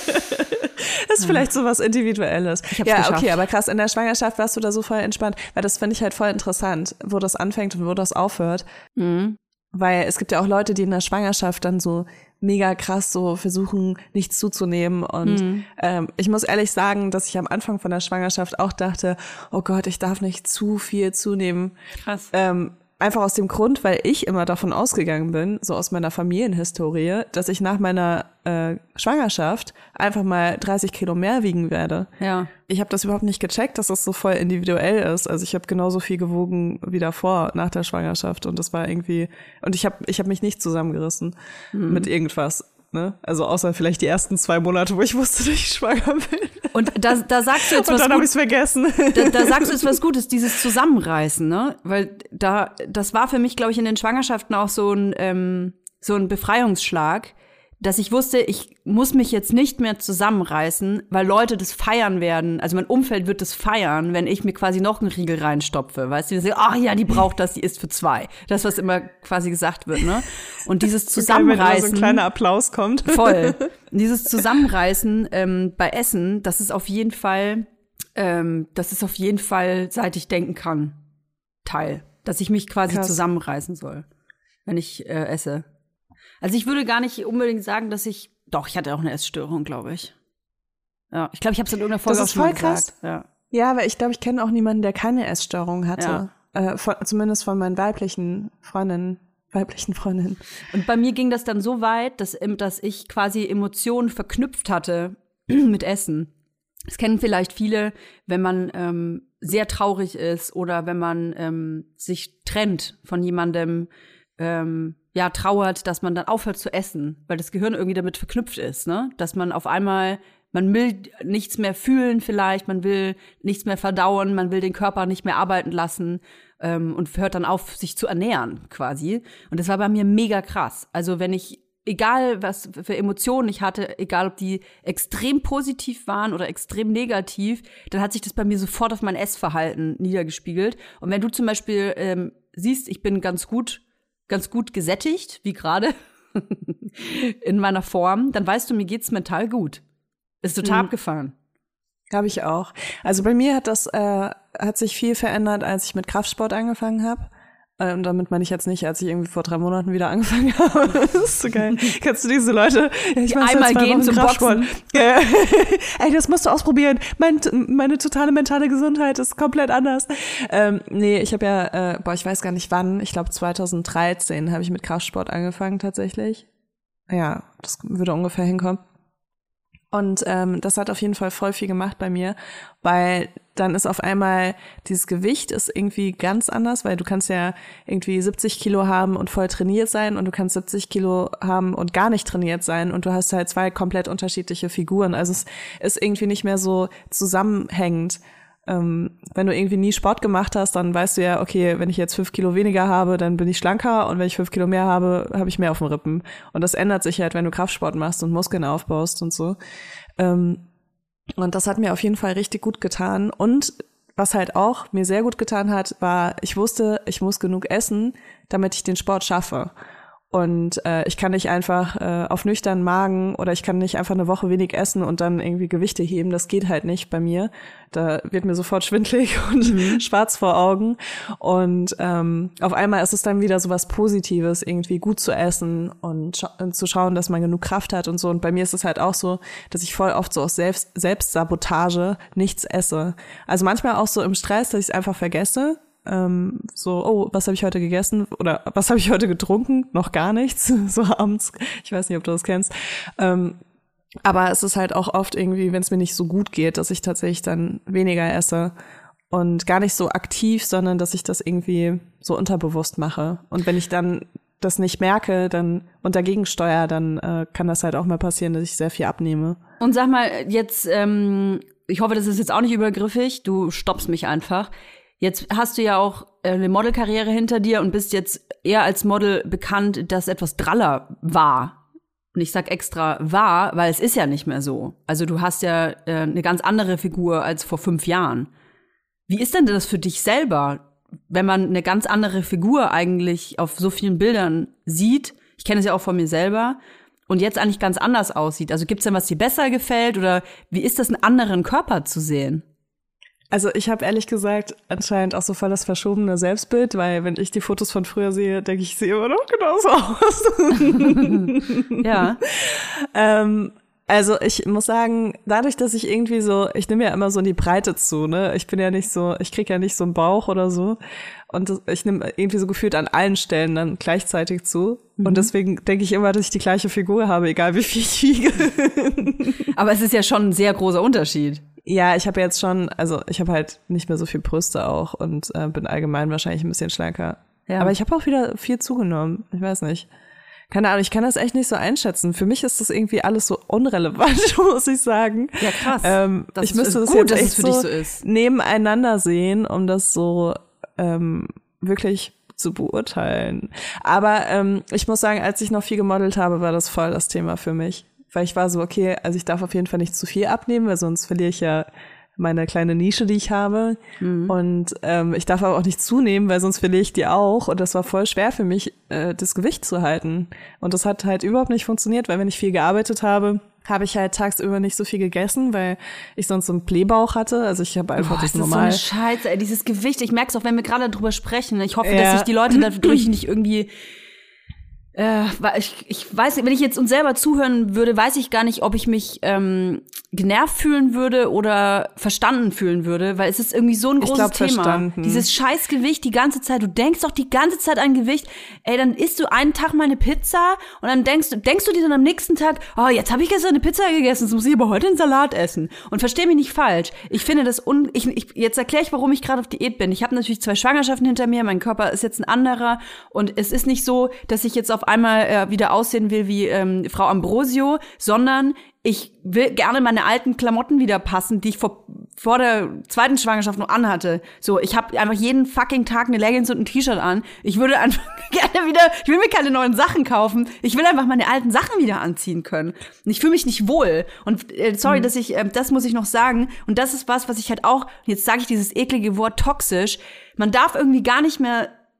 Speaker 1: Das ist vielleicht so was Individuelles.
Speaker 2: Ich hab's
Speaker 1: ja,
Speaker 2: geschafft.
Speaker 1: okay, aber krass, in der Schwangerschaft warst du da so voll entspannt, weil das finde ich halt voll interessant, wo das anfängt und wo das aufhört.
Speaker 2: Mhm.
Speaker 1: Weil es gibt ja auch Leute, die in der Schwangerschaft dann so mega krass so versuchen, nichts zuzunehmen. Und
Speaker 2: Mhm.
Speaker 1: ähm, ich muss ehrlich sagen, dass ich am Anfang von der Schwangerschaft auch dachte, oh Gott, ich darf nicht zu viel zunehmen.
Speaker 2: Krass.
Speaker 1: Ähm, Einfach aus dem Grund, weil ich immer davon ausgegangen bin, so aus meiner Familienhistorie, dass ich nach meiner äh, Schwangerschaft einfach mal dreißig Kilo mehr wiegen werde.
Speaker 2: Ja.
Speaker 1: Ich habe das überhaupt nicht gecheckt, dass das so voll individuell ist. Also ich habe genauso viel gewogen wie davor nach der Schwangerschaft und das war irgendwie und ich habe ich habe mich nicht zusammengerissen mhm. mit irgendwas. Ne? Also außer vielleicht die ersten zwei Monate, wo ich wusste, dass ich schwanger bin.
Speaker 2: Und da, da sagst du jetzt
Speaker 1: und
Speaker 2: was
Speaker 1: dann habe ich
Speaker 2: Gutes.
Speaker 1: es vergessen.
Speaker 2: Da, da sagst du jetzt was Gutes, dieses Zusammenreißen, ne? Weil da, das war für mich, glaube ich, in den Schwangerschaften auch so ein ähm, so ein Befreiungsschlag, dass ich wusste, ich muss mich jetzt nicht mehr zusammenreißen, weil Leute das feiern werden. Also mein Umfeld wird das feiern, wenn ich mir quasi noch einen Riegel reinstopfe. Weißt du, die sagen, ach ja, die braucht das, die ist für zwei. Das, was immer quasi gesagt wird, ne? Und dieses Zusammenreißen.
Speaker 1: Wenn immer so ein kleiner Applaus kommt.
Speaker 2: Voll. Dieses Zusammenreißen ähm, bei Essen, das ist auf jeden Fall, ähm, das ist auf jeden Fall, seit ich denken kann, Teil. Dass ich mich quasi
Speaker 1: Krass.
Speaker 2: zusammenreißen soll, wenn ich äh, esse. Also ich würde gar nicht unbedingt sagen, dass ich, doch, ich hatte auch eine Essstörung, glaube ich. Ja, ich glaube, ich habe es in irgendeiner Folge
Speaker 1: Das
Speaker 2: auch
Speaker 1: ist
Speaker 2: schon mal
Speaker 1: voll krass.
Speaker 2: gesagt. Ja.
Speaker 1: Ja, aber ich glaube, ich kenne auch niemanden, der keine Essstörung hatte.
Speaker 2: Ja.
Speaker 1: Äh, von, zumindest von meinen weiblichen Freundinnen, weiblichen Freundinnen.
Speaker 2: Und bei mir ging das dann so weit, dass, dass ich quasi Emotionen verknüpft hatte mit Essen. Das kennen vielleicht viele, wenn man ähm, sehr traurig ist oder wenn man ähm, sich trennt von jemandem, ähm, ja, trauert, dass man dann aufhört zu essen, weil das Gehirn irgendwie damit verknüpft ist, ne? Dass man auf einmal, man will nichts mehr fühlen vielleicht, man will nichts mehr verdauen, man will den Körper nicht mehr arbeiten lassen ähm, und hört dann auf, sich zu ernähren quasi. Und das war bei mir mega krass. Also wenn ich, egal was für Emotionen ich hatte, egal ob die extrem positiv waren oder extrem negativ, dann hat sich das bei mir sofort auf mein Essverhalten niedergespiegelt. Und wenn du zum Beispiel ähm, siehst, ich bin ganz gut ganz gut gesättigt, wie gerade in meiner Form, dann weißt du, mir geht's mental gut. Ist total mhm. abgefahren.
Speaker 1: Habe ich auch. Also bei mir hat das äh, hat sich viel verändert, als ich mit Kraftsport angefangen habe. Und damit meine ich jetzt nicht, als ich irgendwie vor drei Monaten wieder angefangen habe. Das ist so geil. Kennst du diese Leute? Ja, ich
Speaker 2: die einmal gehen zum Boxen.
Speaker 1: Ja. Ey, das musst du ausprobieren. Mein, meine totale mentale Gesundheit ist komplett anders. Ähm, nee, ich habe ja, äh, boah, ich weiß gar nicht wann. Ich glaube zwanzig dreizehn habe ich mit Kraftsport angefangen tatsächlich. Ja, das würde ungefähr hinkommen. Und ähm, das hat auf jeden Fall voll viel gemacht bei mir, weil dann ist auf einmal, dieses Gewicht ist irgendwie ganz anders, weil du kannst ja irgendwie siebzig Kilo haben und voll trainiert sein und du kannst siebzig Kilo haben und gar nicht trainiert sein und du hast halt zwei komplett unterschiedliche Figuren. Also es ist irgendwie nicht mehr so zusammenhängend. Ähm, wenn du irgendwie nie Sport gemacht hast, dann weißt du ja, okay, wenn ich jetzt fünf Kilo weniger habe, dann bin ich schlanker und wenn ich fünf Kilo mehr habe, habe ich mehr auf den Rippen. Und das ändert sich halt, wenn du Kraftsport machst und Muskeln aufbaust und so. Ähm, und das hat mir auf jeden Fall richtig gut getan. Und was halt auch mir sehr gut getan hat, war, ich wusste, ich muss genug essen, damit ich den Sport schaffe. Und äh, ich kann nicht einfach äh, auf nüchternen Magen oder ich kann nicht einfach eine Woche wenig essen und dann irgendwie Gewichte heben. Das geht halt nicht bei mir. Da wird mir sofort schwindelig und mhm. schwarz vor Augen. Und ähm, auf einmal ist es dann wieder so was Positives, irgendwie gut zu essen und scha- zu schauen, dass man genug Kraft hat und so. Und bei mir ist es halt auch so, dass ich voll oft so aus Selbst- Selbstsabotage nichts esse. Also manchmal auch so im Stress, dass ich es einfach vergesse. Ähm, so, oh, was habe ich heute gegessen oder was habe ich heute getrunken? Noch gar nichts, so abends. Ich weiß nicht, ob du das kennst. Ähm, aber es ist halt auch oft irgendwie, wenn es mir nicht so gut geht, dass ich tatsächlich dann weniger esse und gar nicht so aktiv, sondern dass ich das irgendwie so unterbewusst mache. Und wenn ich dann das nicht merke, dann und dagegen steuere, dann äh, kann das halt auch mal passieren, dass ich sehr viel abnehme.
Speaker 2: Und sag mal, jetzt, ähm, ich hoffe, das ist jetzt auch nicht übergriffig, du stoppst mich einfach. Jetzt hast du ja auch eine Modelkarriere hinter dir und bist jetzt eher als Model bekannt, das etwas draller war. Und ich sag extra war, weil es ist ja nicht mehr so. Also du hast ja äh, eine ganz andere Figur als vor fünf Jahren. Wie ist denn das für dich selber, wenn man eine ganz andere Figur eigentlich auf so vielen Bildern sieht? Ich kenne es ja auch von mir selber. Und jetzt eigentlich ganz anders aussieht. Also gibt's denn was dir besser gefällt? Oder wie ist das, einen anderen Körper zu sehen?
Speaker 1: Also ich habe ehrlich gesagt anscheinend auch so voll das verschobene Selbstbild, weil wenn ich die Fotos von früher sehe, denke ich, ich sehe immer noch genauso aus.
Speaker 2: Ja.
Speaker 1: ähm, also ich muss sagen, dadurch, dass ich irgendwie so, ich nehme ja immer so in die Breite zu, ne? Ich bin ja nicht so, ich krieg ja nicht so einen Bauch oder so. Und das, ich nehme irgendwie so gefühlt an allen Stellen dann gleichzeitig zu. Mhm. Und deswegen denke ich immer, dass ich die gleiche Figur habe, egal wie viel ich wiege.
Speaker 2: Aber es ist ja schon ein sehr großer Unterschied.
Speaker 1: Ja, ich habe jetzt schon, also ich habe halt nicht mehr so viel Brüste auch und äh, bin allgemein wahrscheinlich ein bisschen schlanker. Ja. Aber ich habe auch wieder viel zugenommen. Ich weiß nicht. Keine Ahnung, ich kann das echt nicht so einschätzen. Für mich ist das irgendwie alles so unrelevant, muss ich sagen.
Speaker 2: Ja, krass.
Speaker 1: Ähm,
Speaker 2: das
Speaker 1: ich müsste das
Speaker 2: gut,
Speaker 1: jetzt echt
Speaker 2: dass es für dich so ist.
Speaker 1: Nebeneinander sehen, um das so ähm, wirklich zu beurteilen. Aber ähm, ich muss sagen, als ich noch viel gemodelt habe, war das voll das Thema für mich. Weil ich war so, okay, also ich darf auf jeden Fall nicht zu viel abnehmen, weil sonst verliere ich ja meine kleine Nische, die ich habe. Mhm. Und ähm, ich darf aber auch nicht zunehmen, weil sonst verliere ich die auch. Und das war voll schwer für mich, äh, das Gewicht zu halten. Und das hat halt überhaupt nicht funktioniert, weil wenn ich viel gearbeitet habe, habe ich halt tagsüber nicht so viel gegessen, weil ich sonst so einen Blähbauch hatte. Also ich habe einfach
Speaker 2: Boah,
Speaker 1: das
Speaker 2: ist
Speaker 1: normal.
Speaker 2: Das so eine Scheiße, ey, dieses Gewicht. Ich merke es auch, wenn wir gerade drüber sprechen. Ich hoffe,
Speaker 1: ja.
Speaker 2: dass sich die Leute dadurch nicht irgendwie Äh, ich, ich weiß nicht, wenn ich jetzt uns selber zuhören würde, weiß ich gar nicht, ob ich mich ähm, genervt fühlen würde oder verstanden fühlen würde, weil es ist irgendwie so ein großes
Speaker 1: ich glaub,
Speaker 2: Thema.
Speaker 1: Verstanden.
Speaker 2: Dieses Scheißgewicht die ganze Zeit. Du denkst doch die ganze Zeit an Gewicht. Ey, dann isst du einen Tag mal eine Pizza und dann denkst du, denkst du dir dann am nächsten Tag, oh, jetzt habe ich gestern eine Pizza gegessen, jetzt muss ich aber heute einen Salat essen. Und versteh mich nicht falsch. Ich finde das un... Ich, ich, jetzt erkläre ich, warum ich gerade auf Diät bin. Ich habe natürlich zwei Schwangerschaften hinter mir, mein Körper ist jetzt ein anderer und es ist nicht so, dass ich jetzt auf einmal äh, wieder aussehen will wie ähm, Frau Ambrosio, sondern ich will gerne meine alten Klamotten wieder passen, die ich vor, vor der zweiten Schwangerschaft noch anhatte. So, ich habe einfach jeden fucking Tag eine Leggings und ein T-Shirt an. Ich würde einfach gerne wieder, ich will mir keine neuen Sachen kaufen. Ich will einfach meine alten Sachen wieder anziehen können. Und ich fühle mich nicht wohl. Und äh, sorry, mhm. dass ich, äh, das muss ich noch sagen. Und das ist was, was ich halt auch, jetzt sage ich dieses eklige Wort toxisch, man darf irgendwie gar nicht mehr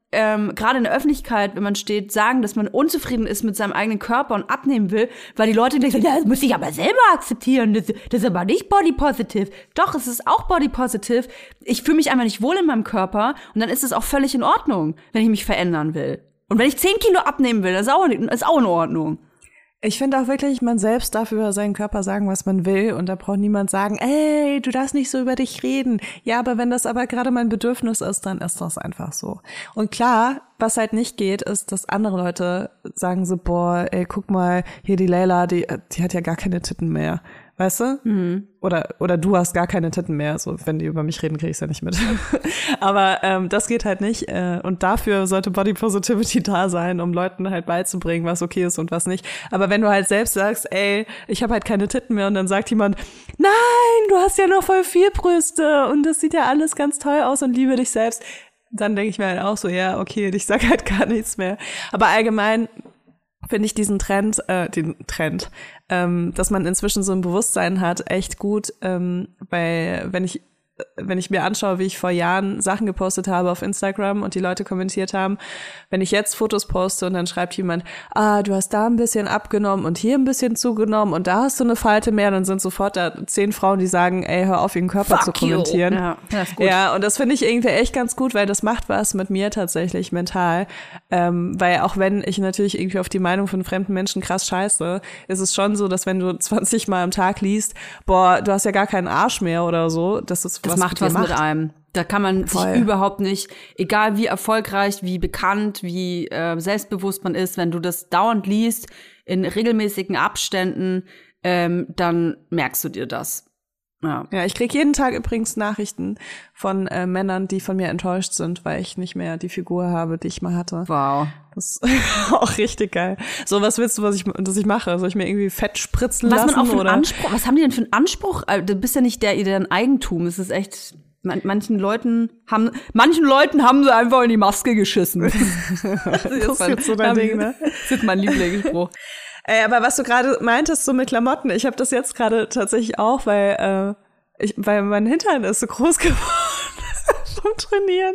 Speaker 2: ähm, gerade in der Öffentlichkeit, wenn man steht, sagen, dass man unzufrieden ist mit seinem eigenen Körper und abnehmen will, weil die Leute denken, ja, das muss ich aber selber akzeptieren, das, das ist aber nicht body positive. Doch, es ist auch body positive. Ich fühle mich einfach nicht wohl in meinem Körper und dann ist es auch völlig in Ordnung, wenn ich mich verändern will. Und wenn ich zehn Kilo abnehmen will, das ist auch, ist auch in Ordnung.
Speaker 1: Ich finde auch wirklich, man selbst darf über seinen Körper sagen, was man will und da braucht niemand sagen, ey, du darfst nicht so über dich reden. Ja, aber wenn das aber gerade mein Bedürfnis ist, dann ist das einfach so. Und klar, was halt nicht geht, ist, dass andere Leute sagen so, boah, ey, guck mal, hier die Leila, die, die hat ja gar keine Titten mehr. Weißt du? Mhm. Oder oder du hast gar keine Titten mehr. So, wenn die über mich reden, krieg ich's ja nicht mit. Aber ähm, das geht halt nicht. Äh, und dafür sollte Body Positivity da sein, um Leuten halt beizubringen, was okay ist und was nicht. Aber wenn du halt selbst sagst, ey, ich habe halt keine Titten mehr, und dann sagt jemand, nein, du hast ja noch voll viel Brüste und das sieht ja alles ganz toll aus und liebe dich selbst, dann denke ich mir halt auch so, ja, okay, ich sag halt gar nichts mehr. Aber allgemein finde ich diesen Trend, äh, den Trend, ähm, dass man inzwischen so ein Bewusstsein hat, echt gut, ähm, weil wenn ich wenn ich mir anschaue, wie ich vor Jahren Sachen gepostet habe auf Instagram und die Leute kommentiert haben, wenn ich jetzt Fotos poste und dann schreibt jemand, ah, du hast da ein bisschen abgenommen und hier ein bisschen zugenommen und da hast du eine Falte mehr, dann sind sofort da zehn Frauen, die sagen, ey, hör auf, ihren Körper
Speaker 2: Fuck
Speaker 1: zu kommentieren.
Speaker 2: Ja, das ist gut.
Speaker 1: Ja, und das finde ich irgendwie echt ganz gut, weil das macht was mit mir tatsächlich mental, ähm, weil auch wenn ich natürlich irgendwie auf die Meinung von fremden Menschen krass scheiße, ist es schon so, dass wenn du zwanzig Mal am Tag liest, boah, du hast ja gar keinen Arsch mehr oder so, das ist
Speaker 2: Das
Speaker 1: was
Speaker 2: macht was
Speaker 1: macht.
Speaker 2: mit einem. Da kann man
Speaker 1: Voll.
Speaker 2: sich überhaupt nicht, egal wie erfolgreich, wie bekannt, wie äh, selbstbewusst man ist, wenn du das dauernd liest, in regelmäßigen Abständen, ähm, dann merkst du dir das. Ja,
Speaker 1: ja, ich krieg jeden Tag übrigens Nachrichten von äh, Männern, die von mir enttäuscht sind, weil ich nicht mehr die Figur habe, die ich mal hatte.
Speaker 2: Wow.
Speaker 1: Das ist auch richtig geil. So, was willst du, was ich, dass ich mache? Soll ich mir irgendwie Fett spritzen
Speaker 2: was
Speaker 1: lassen?
Speaker 2: Man auch für
Speaker 1: oder?
Speaker 2: einen Anspruch, was haben die denn für einen Anspruch? Du bist ja nicht der, deren Eigentum. Es ist echt, man, manchen Leuten haben, manchen Leuten haben sie einfach in die Maske geschissen.
Speaker 1: Das ist jetzt so dein Ding, ne?
Speaker 2: Das ist mein Lieblingsspruch.
Speaker 1: Ey, aber was du gerade meintest, so mit Klamotten, ich habe das jetzt gerade tatsächlich auch, weil, äh, ich, weil mein Hintern ist so groß geworden vom Trainieren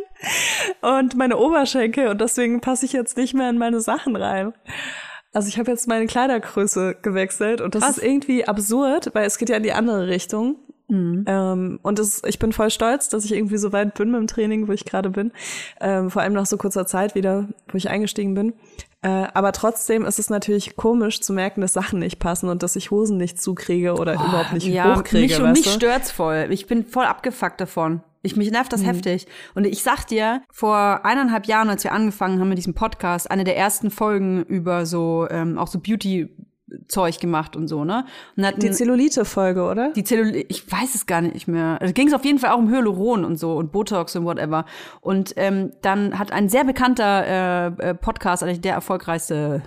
Speaker 1: und meine Oberschenkel und deswegen passe ich jetzt nicht mehr in meine Sachen rein. Also ich habe jetzt meine Kleidergröße gewechselt und das Was? ist irgendwie absurd, weil es geht ja in die andere Richtung. Mhm. Ähm, und das, ich bin voll stolz, dass ich irgendwie so weit bin mit dem Training, wo ich gerade bin. Ähm, vor allem nach so kurzer Zeit wieder, wo ich eingestiegen bin. Äh, aber trotzdem ist es natürlich komisch zu merken, dass Sachen nicht passen und dass ich Hosen nicht zukriege oder oh, überhaupt nicht
Speaker 2: ja,
Speaker 1: hochkriege.
Speaker 2: Mich,
Speaker 1: weißt
Speaker 2: mich
Speaker 1: du?
Speaker 2: stört's voll. Ich bin voll abgefuckt davon. Ich, mich nervt das mhm. heftig. Und ich sag dir, vor eineinhalb Jahren, als wir angefangen haben mit diesem Podcast, eine der ersten Folgen über so, ähm, auch so Beauty Zeug gemacht und so, ne? Und hatten,
Speaker 1: die Zellulite-Folge, oder?
Speaker 2: Die Zellulite, ich weiß es gar nicht mehr. Also ging es auf jeden Fall auch um Hyaluron und so und Botox und whatever. Und ähm, dann hat ein sehr bekannter äh, Podcast, eigentlich der erfolgreichste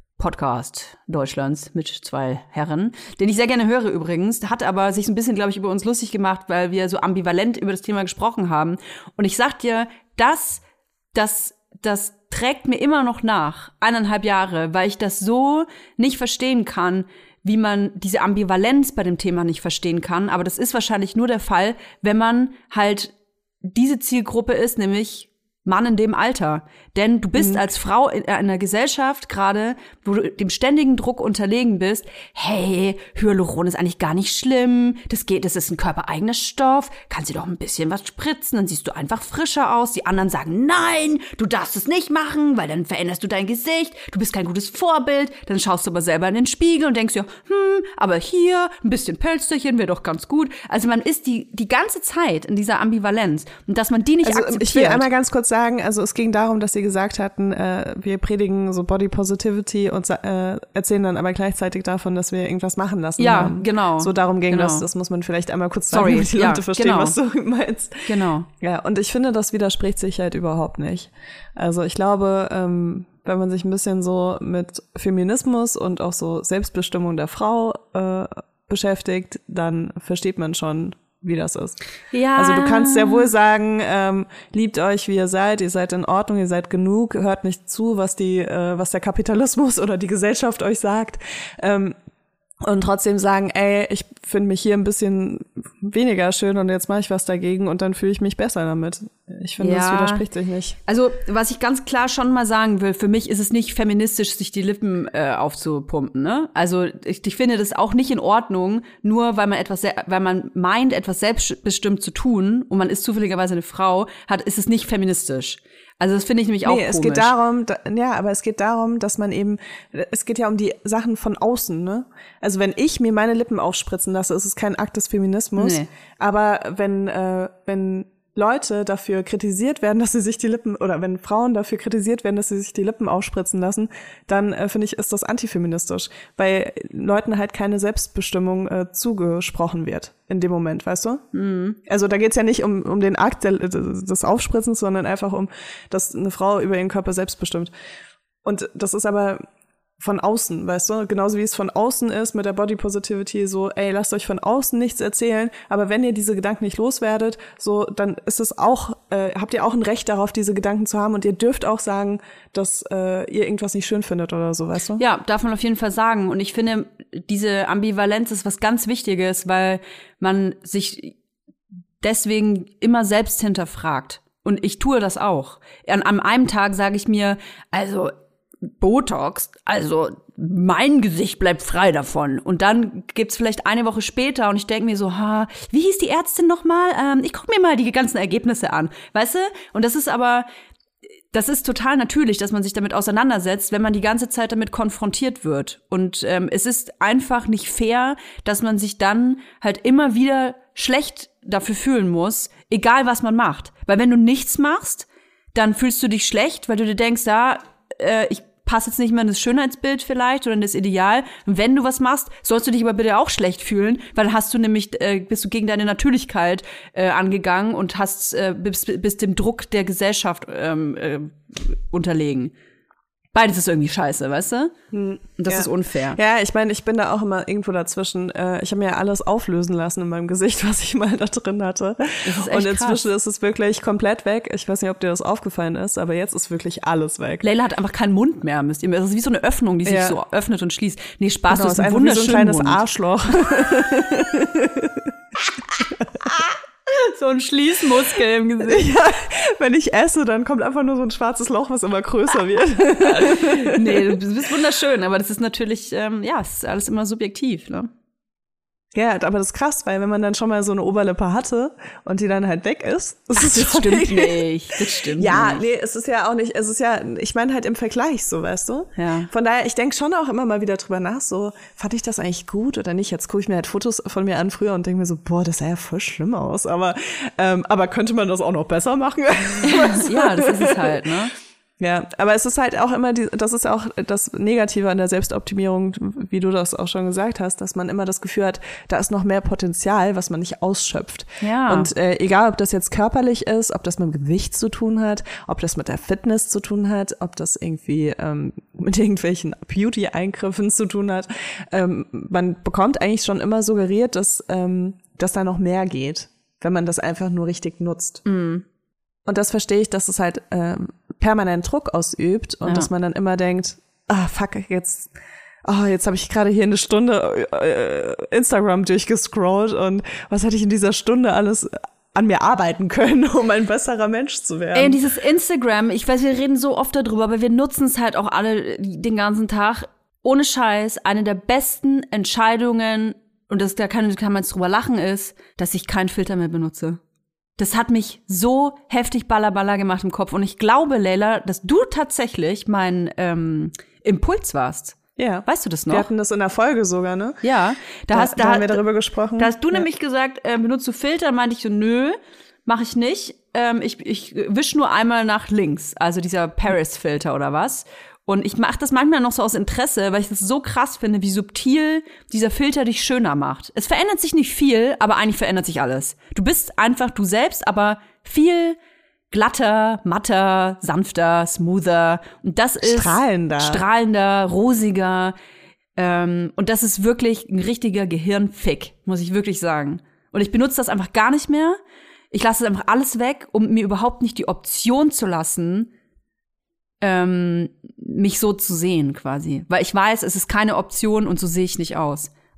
Speaker 2: Podcast Deutschlands mit zwei Herren, den ich sehr gerne höre übrigens, hat aber sich so ein bisschen, glaube ich, über uns lustig gemacht, weil wir so ambivalent über das Thema gesprochen haben. Und ich sag dir, das, das, das trägt mir immer noch nach, eineinhalb Jahre, weil ich das so nicht verstehen kann, wie man diese Ambivalenz bei dem Thema nicht verstehen kann. Aber das ist wahrscheinlich nur der Fall, wenn man halt diese Zielgruppe ist, nämlich Mann in dem Alter. Denn du bist mhm. als Frau in einer Gesellschaft gerade, wo du dem ständigen Druck unterlegen bist, hey, Hyaluron ist eigentlich gar nicht schlimm, das geht, das ist ein körpereigener Stoff, kannst dir doch ein bisschen was spritzen, dann siehst du einfach frischer aus. Die anderen sagen, nein, du darfst es nicht machen, weil dann veränderst du dein Gesicht, du bist kein gutes Vorbild, dann schaust du aber selber in den Spiegel und denkst dir, hm, aber hier ein bisschen Pölsterchen wäre doch ganz gut. Also man ist die die ganze Zeit in dieser Ambivalenz und dass man die nicht
Speaker 1: also,
Speaker 2: akzeptiert.
Speaker 1: Ich will einmal ganz kurz sagen, also es ging darum, dass sie gesagt hatten, äh, wir predigen so Body Positivity und äh, erzählen dann aber gleichzeitig davon, dass wir irgendwas machen lassen.
Speaker 2: Ja,
Speaker 1: haben.
Speaker 2: genau.
Speaker 1: So darum ging
Speaker 2: genau.
Speaker 1: das. Das muss man vielleicht einmal kurz sagen,
Speaker 2: Sorry,
Speaker 1: damit die
Speaker 2: ja,
Speaker 1: Leute verstehen,
Speaker 2: genau.
Speaker 1: was du meinst.
Speaker 2: Genau.
Speaker 1: Ja, und ich finde, das widerspricht sich halt überhaupt nicht. Also ich glaube, ähm, wenn man sich ein bisschen so mit Feminismus und auch so Selbstbestimmung der Frau äh, beschäftigt, dann versteht man schon, wie das ist.
Speaker 2: Ja.
Speaker 1: Also du kannst sehr wohl sagen, ähm, liebt euch, wie ihr seid, ihr seid in Ordnung, ihr seid genug, hört nicht zu, was die, äh, was der Kapitalismus oder die Gesellschaft euch sagt. Ähm, und trotzdem sagen, ey, ich finde mich hier ein bisschen weniger schön und jetzt mache ich was dagegen und dann fühle ich mich besser damit. Ich finde,
Speaker 2: Ja.
Speaker 1: das widerspricht sich nicht.
Speaker 2: Also, was ich ganz klar schon mal sagen will, für mich ist es nicht feministisch, sich die Lippen äh, aufzupumpen, ne? Also, ich, ich finde das auch nicht in Ordnung, nur weil man etwas, se- weil man meint, etwas selbstbestimmt zu tun und man ist zufälligerweise eine Frau, hat, ist es nicht feministisch. Also, das finde ich nämlich auch
Speaker 1: Nee,
Speaker 2: komisch.
Speaker 1: es geht darum, da, ja, aber es geht darum, dass man eben, es geht ja um die Sachen von außen, ne? Also wenn ich mir meine Lippen aufspritzen lasse, ist es kein Akt des Feminismus.
Speaker 2: Nee.
Speaker 1: Aber wenn, äh, wenn Leute dafür kritisiert werden, dass sie sich die Lippen, oder wenn Frauen dafür kritisiert werden, dass sie sich die Lippen aufspritzen lassen, dann äh, finde ich, ist das antifeministisch, weil Leuten halt keine Selbstbestimmung äh, zugesprochen wird in dem Moment, weißt du? Mhm. Also da geht's ja nicht um, um den Akt der, des Aufspritzens, sondern einfach um, dass eine Frau über ihren Körper selbst bestimmt. Und das ist aber von außen, weißt du? Genauso wie es von außen ist mit der Body Positivity, so, ey, lasst euch von außen nichts erzählen, aber wenn ihr diese Gedanken nicht loswerdet, so, dann ist es auch, äh, habt ihr auch ein Recht darauf, diese Gedanken zu haben und ihr dürft auch sagen, dass äh, ihr irgendwas nicht schön findet oder so, weißt du?
Speaker 2: Ja, darf man auf jeden Fall sagen. Und ich finde, diese Ambivalenz ist was ganz Wichtiges, weil man sich deswegen immer selbst hinterfragt. Und ich tue das auch. An, an einem Tag sage ich mir, also Botox, also mein Gesicht bleibt frei davon. Und dann gibt's vielleicht eine Woche später und ich denke mir so, ha, wie hieß die Ärztin nochmal? Ähm, ich gucke mir mal die ganzen Ergebnisse an, weißt du? Und das ist aber, das ist total natürlich, dass man sich damit auseinandersetzt, wenn man die ganze Zeit damit konfrontiert wird. Und ähm, es ist einfach nicht fair, dass man sich dann halt immer wieder schlecht dafür fühlen muss, egal was man macht. Weil wenn du nichts machst, dann fühlst du dich schlecht, weil du dir denkst, ja, äh, ich passe jetzt nicht mehr in das Schönheitsbild vielleicht oder in das Ideal. Und wenn du was machst, sollst du dich aber bitte auch schlecht fühlen, weil dann hast du nämlich, äh, bist du gegen deine Natürlichkeit äh, angegangen und hast äh, bist, bist dem Druck der Gesellschaft ähm, äh, unterlegen. Beides ist irgendwie scheiße, weißt du? Und das
Speaker 1: Ja.
Speaker 2: ist unfair.
Speaker 1: Ja, ich meine, ich bin da auch immer irgendwo dazwischen. Äh, ich habe mir ja alles auflösen lassen in meinem Gesicht, was ich mal da drin hatte.
Speaker 2: Das ist echt
Speaker 1: Und inzwischen
Speaker 2: krass.
Speaker 1: ist es wirklich komplett weg. Ich weiß nicht, ob dir das aufgefallen ist, aber jetzt ist wirklich alles weg.
Speaker 2: Leila hat einfach keinen Mund mehr, müsst ihr. Das ist wie so eine Öffnung, die sich
Speaker 1: Ja.
Speaker 2: so öffnet und schließt. Nee, Spaß,
Speaker 1: Genau,
Speaker 2: das
Speaker 1: ist
Speaker 2: ist ein
Speaker 1: einfach wie so ein
Speaker 2: wunderschöner
Speaker 1: kleines
Speaker 2: Mund.
Speaker 1: Arschloch.
Speaker 2: So ein Schließmuskel im Gesicht.
Speaker 1: Ja, wenn ich esse, dann kommt einfach nur so ein schwarzes Loch, was immer größer wird.
Speaker 2: Nee, du bist wunderschön, aber das ist natürlich, ähm, ja, es ist alles immer subjektiv, ne?
Speaker 1: Ja, aber das ist krass, weil wenn man dann schon mal so eine Oberlippe hatte und die dann halt weg ist, das,
Speaker 2: Ach,
Speaker 1: ist
Speaker 2: das
Speaker 1: schon
Speaker 2: stimmt nicht. Das stimmt
Speaker 1: Ja,
Speaker 2: nicht.
Speaker 1: nee, es ist ja auch nicht, es ist ja, ich meine halt im Vergleich so, weißt du?
Speaker 2: Ja.
Speaker 1: Von daher, ich denke schon auch immer mal wieder drüber nach, so, fand ich das eigentlich gut oder nicht? Jetzt gucke ich mir halt Fotos von mir an früher und denke mir so, boah, das sah ja voll schlimm aus, aber, ähm, aber könnte man das auch noch besser machen?
Speaker 2: Ja, das ist es halt, ne?
Speaker 1: Ja, aber es ist halt auch immer, die, das ist auch das Negative an der Selbstoptimierung, wie du das auch schon gesagt hast, dass man immer das Gefühl hat, da ist noch mehr Potenzial, was man nicht ausschöpft.
Speaker 2: Ja.
Speaker 1: Und äh, egal, ob das jetzt körperlich ist, ob das mit dem Gewicht zu tun hat, ob das mit der Fitness zu tun hat, ob das irgendwie ähm, mit irgendwelchen Beauty-Eingriffen zu tun hat, ähm, man bekommt eigentlich schon immer suggeriert, dass, ähm, dass da noch mehr geht, wenn man das einfach nur richtig nutzt.
Speaker 2: Mhm.
Speaker 1: Und das verstehe ich, dass es halt ähm, permanent Druck ausübt und
Speaker 2: Ja.
Speaker 1: dass man dann immer denkt, ah, fuck, jetzt, oh, jetzt habe ich gerade hier eine Stunde äh, Instagram durchgescrollt und was hätte ich in dieser Stunde alles an mir arbeiten können, um ein besserer Mensch zu werden.
Speaker 2: Ey, dieses Instagram, ich weiß, wir reden so oft darüber, aber wir nutzen es halt auch alle den ganzen Tag. Ohne Scheiß, eine der besten Entscheidungen, und das, da kann, kann man jetzt drüber lachen, ist, dass ich keinen Filter mehr benutze. Das hat mich so heftig ballerballer gemacht im Kopf. Und ich glaube, Leila, dass du tatsächlich mein ähm, Impuls warst.
Speaker 1: Ja.
Speaker 2: Weißt du das noch?
Speaker 1: Wir hatten das in der Folge sogar, ne?
Speaker 2: Ja. Da,
Speaker 1: Da,
Speaker 2: hast,
Speaker 1: da
Speaker 2: da,
Speaker 1: haben wir darüber gesprochen.
Speaker 2: Da hast du
Speaker 1: ja.
Speaker 2: nämlich gesagt, äh, benutzt du Filter? Meinte ich so, nö, mache ich nicht. Ähm, ich ich wisch nur einmal nach links. Also dieser Paris-Filter oder was. Und ich mache das manchmal noch so aus Interesse, weil ich das so krass finde, wie subtil dieser Filter dich schöner macht. Es verändert sich nicht viel, aber eigentlich verändert sich alles. Du bist einfach du selbst, aber viel glatter, matter, sanfter, smoother. Und das ist
Speaker 1: strahlender,
Speaker 2: strahlender, rosiger. Ähm, und das ist wirklich ein richtiger Gehirnfick, muss ich wirklich sagen. Und ich benutze das einfach gar nicht mehr. Ich lasse es einfach alles weg, um mir überhaupt nicht die Option zu lassen, ähm, mich so zu sehen quasi. Weil ich weiß, es ist keine Option und so sehe ich nicht aus.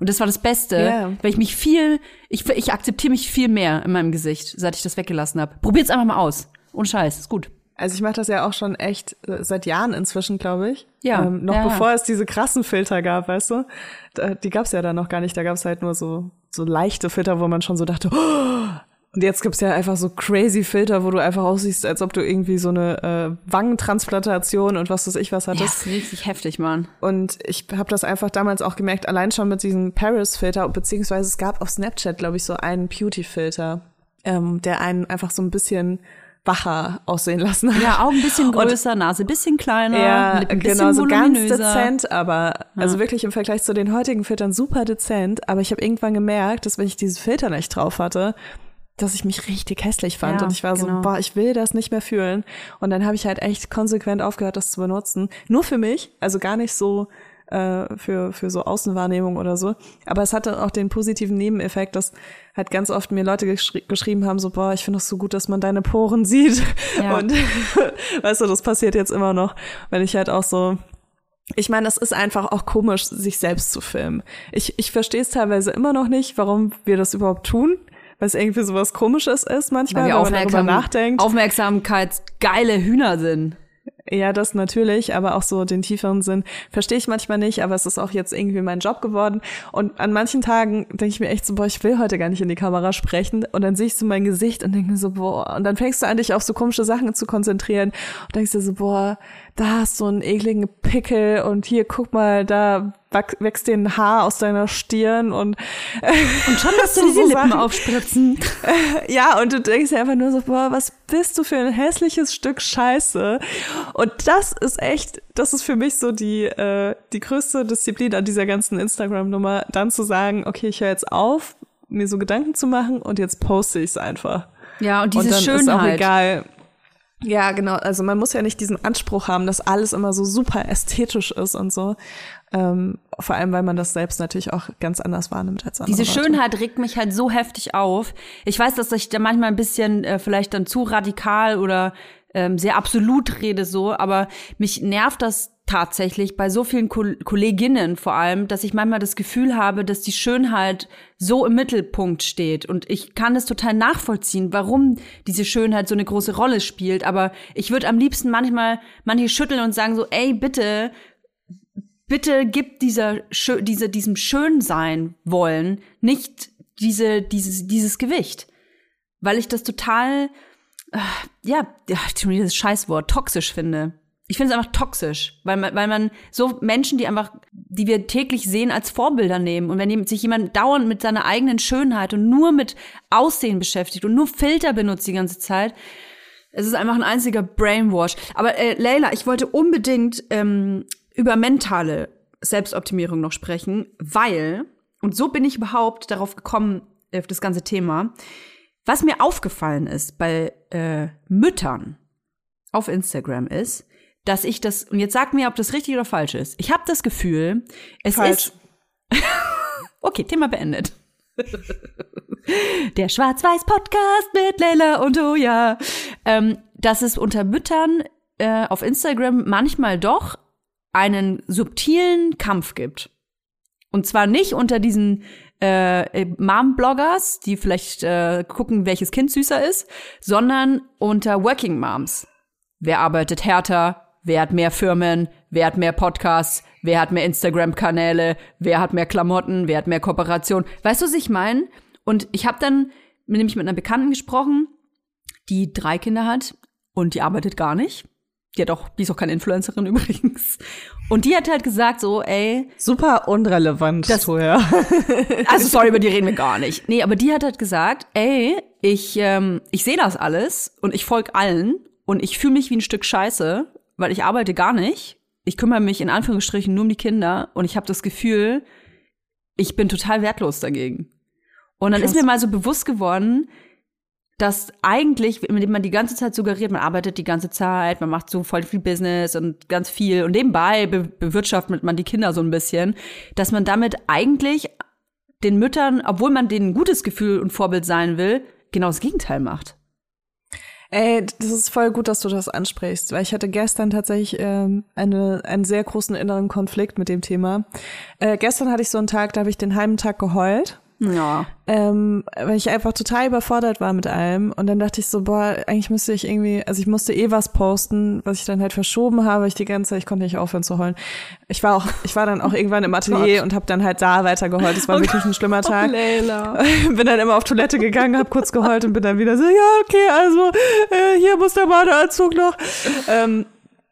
Speaker 2: Und das war das Bste,
Speaker 1: yeah.
Speaker 2: weil ich mich viel, ich, ich akzeptiere mich viel mehr in meinem Gesicht, seit ich das weggelassen habe. Probiert's einfach mal aus. Ohne Scheiß, ist gut.
Speaker 1: Also ich mache das ja auch schon echt seit Jahren inzwischen, glaube ich.
Speaker 2: Ja.
Speaker 1: Ähm, noch
Speaker 2: ja.
Speaker 1: bevor es diese krassen Filter gab, weißt du? Da, die gab's ja da noch gar nicht. Da gab's halt nur so so leichte Filter, wo man schon so dachte, oh! Und jetzt gibt's ja einfach so crazy Filter, wo du einfach aussiehst, als ob du irgendwie so eine äh, Wangentransplantation und was weiß ich was hattest.
Speaker 2: Ja, das ist richtig heftig, Mann.
Speaker 1: Und ich habe das einfach damals auch gemerkt, allein schon mit diesem Paris-Filter, beziehungsweise es gab auf Snapchat, glaube ich, so einen Beauty-Filter, ähm, der einen einfach so ein bisschen wacher aussehen lassen hat.
Speaker 2: Ja, Augen ein bisschen größer, und, Nase ein bisschen kleiner,
Speaker 1: ja,
Speaker 2: Lippen ein bisschen
Speaker 1: genau, so ganz
Speaker 2: voluminöser.
Speaker 1: dezent, aber
Speaker 2: ja.
Speaker 1: also wirklich im Vergleich zu den heutigen Filtern super dezent. Aber ich habe irgendwann gemerkt, dass wenn ich diese Filter nicht drauf hatte, dass ich mich richtig hässlich fand.
Speaker 2: Ja,
Speaker 1: und ich war
Speaker 2: genau.
Speaker 1: so, boah, ich will das nicht mehr fühlen. Und dann habe ich halt echt konsequent aufgehört, das zu benutzen. Nur für mich, also gar nicht so äh, für für so Außenwahrnehmung oder so. Aber es hatte auch den positiven Nebeneffekt, dass halt ganz oft mir Leute geschri- geschrieben haben, so, boah, ich finde es so gut, dass man deine Poren sieht.
Speaker 2: Ja.
Speaker 1: Und weißt du, das passiert jetzt immer noch, wenn ich halt auch so Ich meine, das ist einfach auch komisch, sich selbst zu filmen. Ich, ich verstehe es teilweise immer noch nicht, warum wir das überhaupt tun, weil es irgendwie sowas Komisches ist manchmal,
Speaker 2: weil wir
Speaker 1: wenn man darüber nachdenkt.
Speaker 2: Aufmerksamkeitsgeile Hühner sind.
Speaker 1: Ja, das natürlich, aber auch so den tieferen Sinn verstehe ich manchmal nicht, aber es ist auch jetzt irgendwie mein Job geworden. Und an manchen Tagen denke ich mir echt so, boah, ich will heute gar nicht in die Kamera sprechen. Und dann sehe ich so mein Gesicht und denke mir so, boah, und dann fängst du an, dich auf so komische Sachen zu konzentrieren und denkst dir so, boah, da hast du einen ekligen Pickel und hier, guck mal, da wächst dir ein Haar aus deiner Stirn und
Speaker 2: und schon hast du
Speaker 1: so
Speaker 2: diese Lippen
Speaker 1: Sachen
Speaker 2: aufspritzen.
Speaker 1: Ja, und du denkst dir einfach nur so, boah, was bist du für ein hässliches Stück Scheiße? Und das ist echt, das ist für mich so die äh, die größte Disziplin an dieser ganzen Instagram-Nummer, dann zu sagen, okay, ich höre jetzt auf, mir so Gedanken zu machen und jetzt poste ich es einfach.
Speaker 2: Ja, und diese
Speaker 1: und dann
Speaker 2: Schönheit.
Speaker 1: Ist auch egal. Ja, genau. Also man muss ja nicht diesen Anspruch haben, dass alles immer so super ästhetisch ist und so. Ähm, vor allem, weil man das selbst natürlich auch ganz anders wahrnimmt als andere
Speaker 2: Diese
Speaker 1: Leute.
Speaker 2: Schönheit regt mich halt so heftig auf. Ich weiß, dass ich da manchmal ein bisschen äh, vielleicht dann zu radikal oder ähm, sehr absolut rede so, aber mich nervt das tatsächlich bei so vielen Ko- Kolleginnen vor allem, dass ich manchmal das Gefühl habe, dass die Schönheit so im Mittelpunkt steht. Und ich kann es total nachvollziehen, warum diese Schönheit so eine große Rolle spielt. Aber ich würde am liebsten manchmal manche schütteln und sagen so, ey, bitte, bitte gib dieser, diese, diesem Schönsein wollen nicht diese, dieses, dieses Gewicht. Weil ich das total, äh, ja, ja, dieses Scheißwort, toxisch finde. Ich finde es einfach toxisch, weil man, weil man so Menschen, die einfach, die wir täglich sehen, als Vorbilder nehmen. Und wenn sich jemand dauernd mit seiner eigenen Schönheit und nur mit Aussehen beschäftigt und nur Filter benutzt die ganze Zeit, es ist einfach ein einziger Brainwash. Aber äh, Leila, ich wollte unbedingt ähm, über mentale Selbstoptimierung noch sprechen, weil, und so bin ich überhaupt darauf gekommen, auf das ganze Thema, was mir aufgefallen ist bei äh, Müttern auf Instagram ist, dass ich das, und jetzt sag mir, ob das richtig oder falsch ist. Ich habe das Gefühl, es
Speaker 1: falsch.
Speaker 2: ist okay, Thema beendet. Der Schwarz-Weiß-Podcast mit Leila und Toja. Ähm, dass es unter Müttern äh, auf Instagram manchmal doch einen subtilen Kampf gibt. Und zwar nicht unter diesen äh, Mom-Bloggers, die vielleicht äh, gucken, welches Kind süßer ist, sondern unter Working Moms. Wer arbeitet härter? Wer hat mehr Firmen? Wer hat mehr Podcasts? Wer hat mehr Instagram-Kanäle? Wer hat mehr Klamotten? Wer hat mehr Kooperation? Weißt du, was ich meine? Und ich habe dann nämlich mit einer Bekannten gesprochen, die drei Kinder hat und die arbeitet gar nicht. Die hat auch, die ist auch keine Influencerin übrigens. Und die hat halt gesagt so, ey.
Speaker 1: Super unrelevant,
Speaker 2: das,
Speaker 1: vorher.
Speaker 2: Also sorry, über die reden wir gar nicht. Nee, aber die hat halt gesagt, ey, ich, ähm, ich sehe das alles und ich folge allen und ich fühle mich wie ein Stück Scheiße, weil ich arbeite gar nicht. Ich kümmere mich in Anführungsstrichen nur um die Kinder und ich habe das Gefühl, ich bin total wertlos dagegen. Und dann Krass. Ist mir mal so bewusst geworden, dass eigentlich, indem man die ganze Zeit suggeriert, man arbeitet die ganze Zeit, man macht so voll viel Business und ganz viel und nebenbei be- bewirtschaftet man die Kinder so ein bisschen, dass man damit eigentlich den Müttern, obwohl man denen ein gutes Gefühl und Vorbild sein will, genau das Gegenteil macht.
Speaker 1: Ey, das ist voll gut, dass du das ansprichst, weil ich hatte gestern tatsächlich ähm, eine, einen sehr großen inneren Konflikt mit dem Thema. Äh, gestern hatte ich so einen Tag, da habe ich den halben Tag geheult.
Speaker 2: Ja.
Speaker 1: Ähm, weil ich einfach total überfordert war mit allem. Und dann dachte ich so, boah, eigentlich müsste ich irgendwie, also ich musste eh was posten, was ich dann halt verschoben habe. Ich die ganze Zeit, ich konnte nicht aufhören zu heulen. Ich war auch, ich war dann auch irgendwann im Atelier oh und habe dann halt da weiter geheult. Es war okay. wirklich ein schlimmer Tag.
Speaker 2: Oh, Leila.
Speaker 1: Bin dann immer auf Toilette gegangen, habe kurz geheult und bin dann wieder so, ja, okay, also äh, hier muss der Badeanzug noch. Ähm,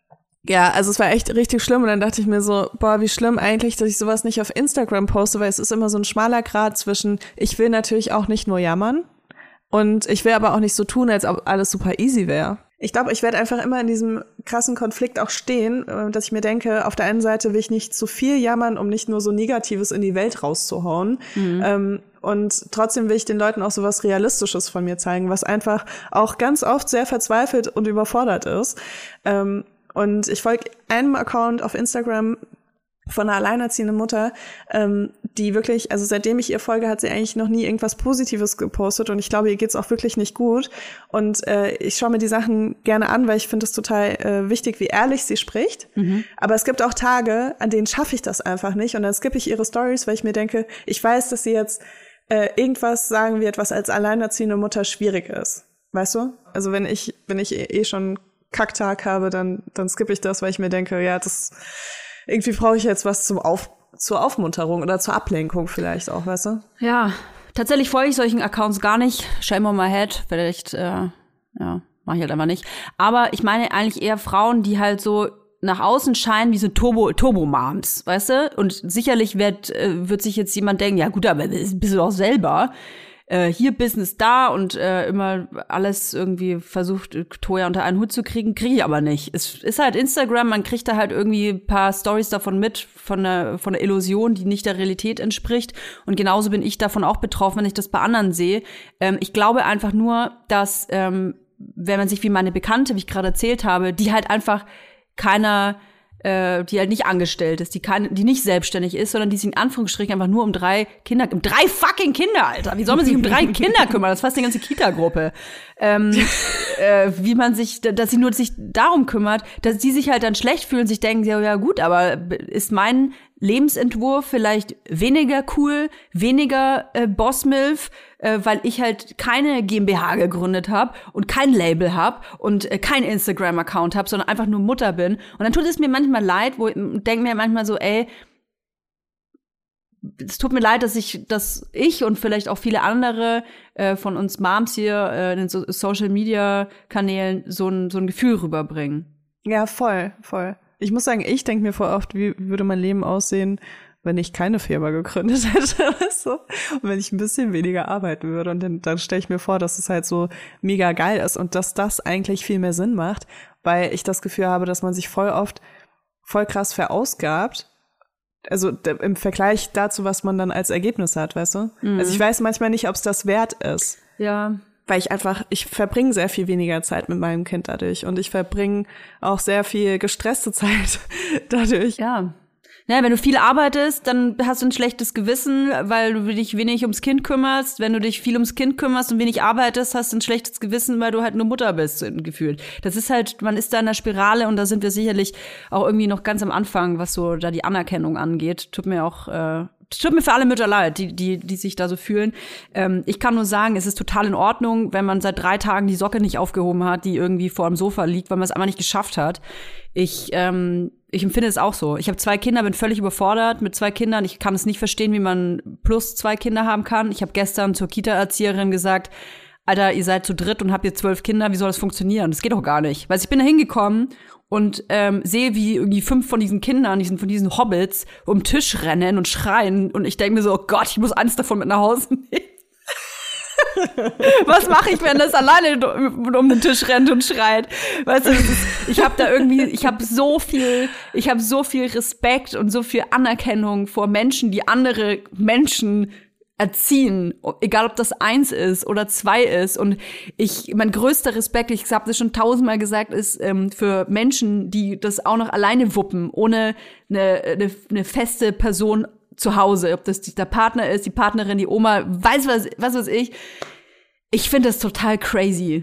Speaker 1: Ja, also es war echt richtig schlimm und dann dachte ich mir so, boah, wie schlimm eigentlich, dass ich sowas nicht auf Instagram poste, weil es ist immer so ein schmaler Grat zwischen, ich will natürlich auch nicht nur jammern und ich will aber auch nicht so tun, als ob alles super easy wäre. Ich glaube, ich werde einfach immer in diesem krassen Konflikt auch stehen, dass ich mir denke, auf der einen Seite will ich nicht zu viel jammern, um nicht nur so Negatives in die Welt rauszuhauen. Mhm. Ähm, und trotzdem will ich den Leuten auch so was Realistisches von mir zeigen, was einfach auch ganz oft sehr verzweifelt und überfordert ist. Ähm, Und ich folge einem Account auf Instagram von einer alleinerziehenden Mutter, ähm, die wirklich, also seitdem ich ihr folge, hat sie eigentlich noch nie irgendwas Positives gepostet und ich glaube, ihr geht's auch wirklich nicht gut. Und äh, ich schaue mir die Sachen gerne an, weil ich finde es total äh, wichtig, wie ehrlich sie spricht. Mhm. Aber es gibt auch Tage, an denen schaffe ich das einfach nicht und dann skippe ich ihre Stories, weil ich mir denke, ich weiß, dass sie jetzt äh, irgendwas sagen wird, was als alleinerziehende Mutter schwierig ist. Weißt du? Also wenn ich, wenn ich eh schon Kacktag habe, dann dann skippe ich das, weil ich mir denke, ja, das irgendwie brauche ich jetzt was zum Auf zur Aufmunterung oder zur Ablenkung vielleicht auch, weißt du?
Speaker 2: Ja, tatsächlich folge ich solchen Accounts gar nicht. Shame on my head, vielleicht, äh, ja, mache ich halt einfach nicht. Aber ich meine eigentlich eher Frauen, die halt so nach außen scheinen wie so Turbo Turbo-Moms, weißt du? Und sicherlich wird äh, wird sich jetzt jemand denken, ja gut, aber bist du doch selber. Hier Business da und äh, immer alles irgendwie versucht, Toya unter einen Hut zu kriegen, kriege ich aber nicht. Es ist halt Instagram, man kriegt da halt irgendwie ein paar Stories davon mit, von der, von der Illusion, die nicht der Realität entspricht. Und genauso bin ich davon auch betroffen, wenn ich das bei anderen sehe. Ähm, ich glaube einfach nur, dass, ähm, wenn man sich wie meine Bekannte, wie ich gerade erzählt habe, die halt einfach keiner Äh, die halt nicht angestellt ist, die keine, die nicht selbstständig ist, sondern die sich in Anführungsstrichen einfach nur um drei Kinder, um drei fucking Kinder, Alter. Wie soll man sich um drei Kinder kümmern? Das ist fast eine ganze Kita-Gruppe. Ähm, äh, wie man sich, dass sie nur sich darum kümmert, dass die sich halt dann schlecht fühlen, sich denken, ja, ja gut, aber ist mein Lebensentwurf vielleicht weniger cool, weniger äh, Boss-Milf, äh, weil ich halt keine GmbH gegründet habe und kein Label habe und äh, kein Instagram-Account habe, sondern einfach nur Mutter bin. Und dann tut es mir manchmal leid, wo ich denke mir manchmal so, ey, es tut mir leid, dass ich, dass ich und vielleicht auch viele andere äh, von uns Moms hier äh, in den so- Social-Media-Kanälen so ein, so ein Gefühl rüberbringen.
Speaker 1: Ja, voll, voll. Ich muss sagen, ich denke mir voll oft, wie würde mein Leben aussehen, wenn ich keine Firma gegründet hätte, weißt du? Und wenn ich ein bisschen weniger arbeiten würde. Und dann, dann stelle ich mir vor, dass es halt so mega geil ist und dass das eigentlich viel mehr Sinn macht, weil ich das Gefühl habe, dass man sich voll oft voll krass verausgabt. Also d- im Vergleich dazu, was man dann als Ergebnis hat, weißt du? Mhm. Also ich weiß manchmal nicht, ob es das wert ist.
Speaker 2: Ja.
Speaker 1: Weil ich einfach, ich verbringe sehr viel weniger Zeit mit meinem Kind dadurch und ich verbringe auch sehr viel gestresste Zeit dadurch.
Speaker 2: Ja. Naja, wenn du viel arbeitest, dann hast du ein schlechtes Gewissen, weil du dich wenig ums Kind kümmerst. Wenn du dich viel ums Kind kümmerst und wenig arbeitest, hast du ein schlechtes Gewissen, weil du halt nur Mutter bist, gefühlt. Das ist halt, man ist da in der Spirale und da sind wir sicherlich auch irgendwie noch ganz am Anfang, was so da die Anerkennung angeht. Tut mir auch, äh, tut mir für alle Mütter leid, die, die, die sich da so fühlen. Ähm, ich kann nur sagen, es ist total in Ordnung, wenn man seit drei Tagen die Socke nicht aufgehoben hat, die irgendwie vor dem Sofa liegt, weil man es einfach nicht geschafft hat. Ich, ähm, ich empfinde es auch so. Ich habe zwei Kinder, bin völlig überfordert mit zwei Kindern. Ich kann es nicht verstehen, wie man plus zwei Kinder haben kann. Ich habe gestern zur Kita-Erzieherin gesagt, Alter, ihr seid zu dritt und habt ihr zwölf Kinder, wie soll das funktionieren? Das geht doch gar nicht. Weil ich bin da hingekommen und ähm, sehe, wie irgendwie fünf von diesen Kindern, diesen, von diesen Hobbits, um den Tisch rennen und schreien. Und ich denke mir so, oh Gott, ich muss eins davon mit nach Hause nehmen. Was mache ich, wenn das alleine um den Tisch rennt und schreit? Weißt du, das ist, ich habe da irgendwie, ich habe so viel, ich habe so viel Respekt und so viel Anerkennung vor Menschen, die andere Menschen erziehen, egal ob das eins ist oder zwei ist. Und ich, mein größter Respekt, ich habe das schon tausendmal gesagt, ist ähm, für Menschen, die das auch noch alleine wuppen, ohne eine, eine, eine feste Person zu Hause, ob das der Partner ist, die Partnerin, die Oma, weiß was, was weiß ich. Ich finde das total crazy.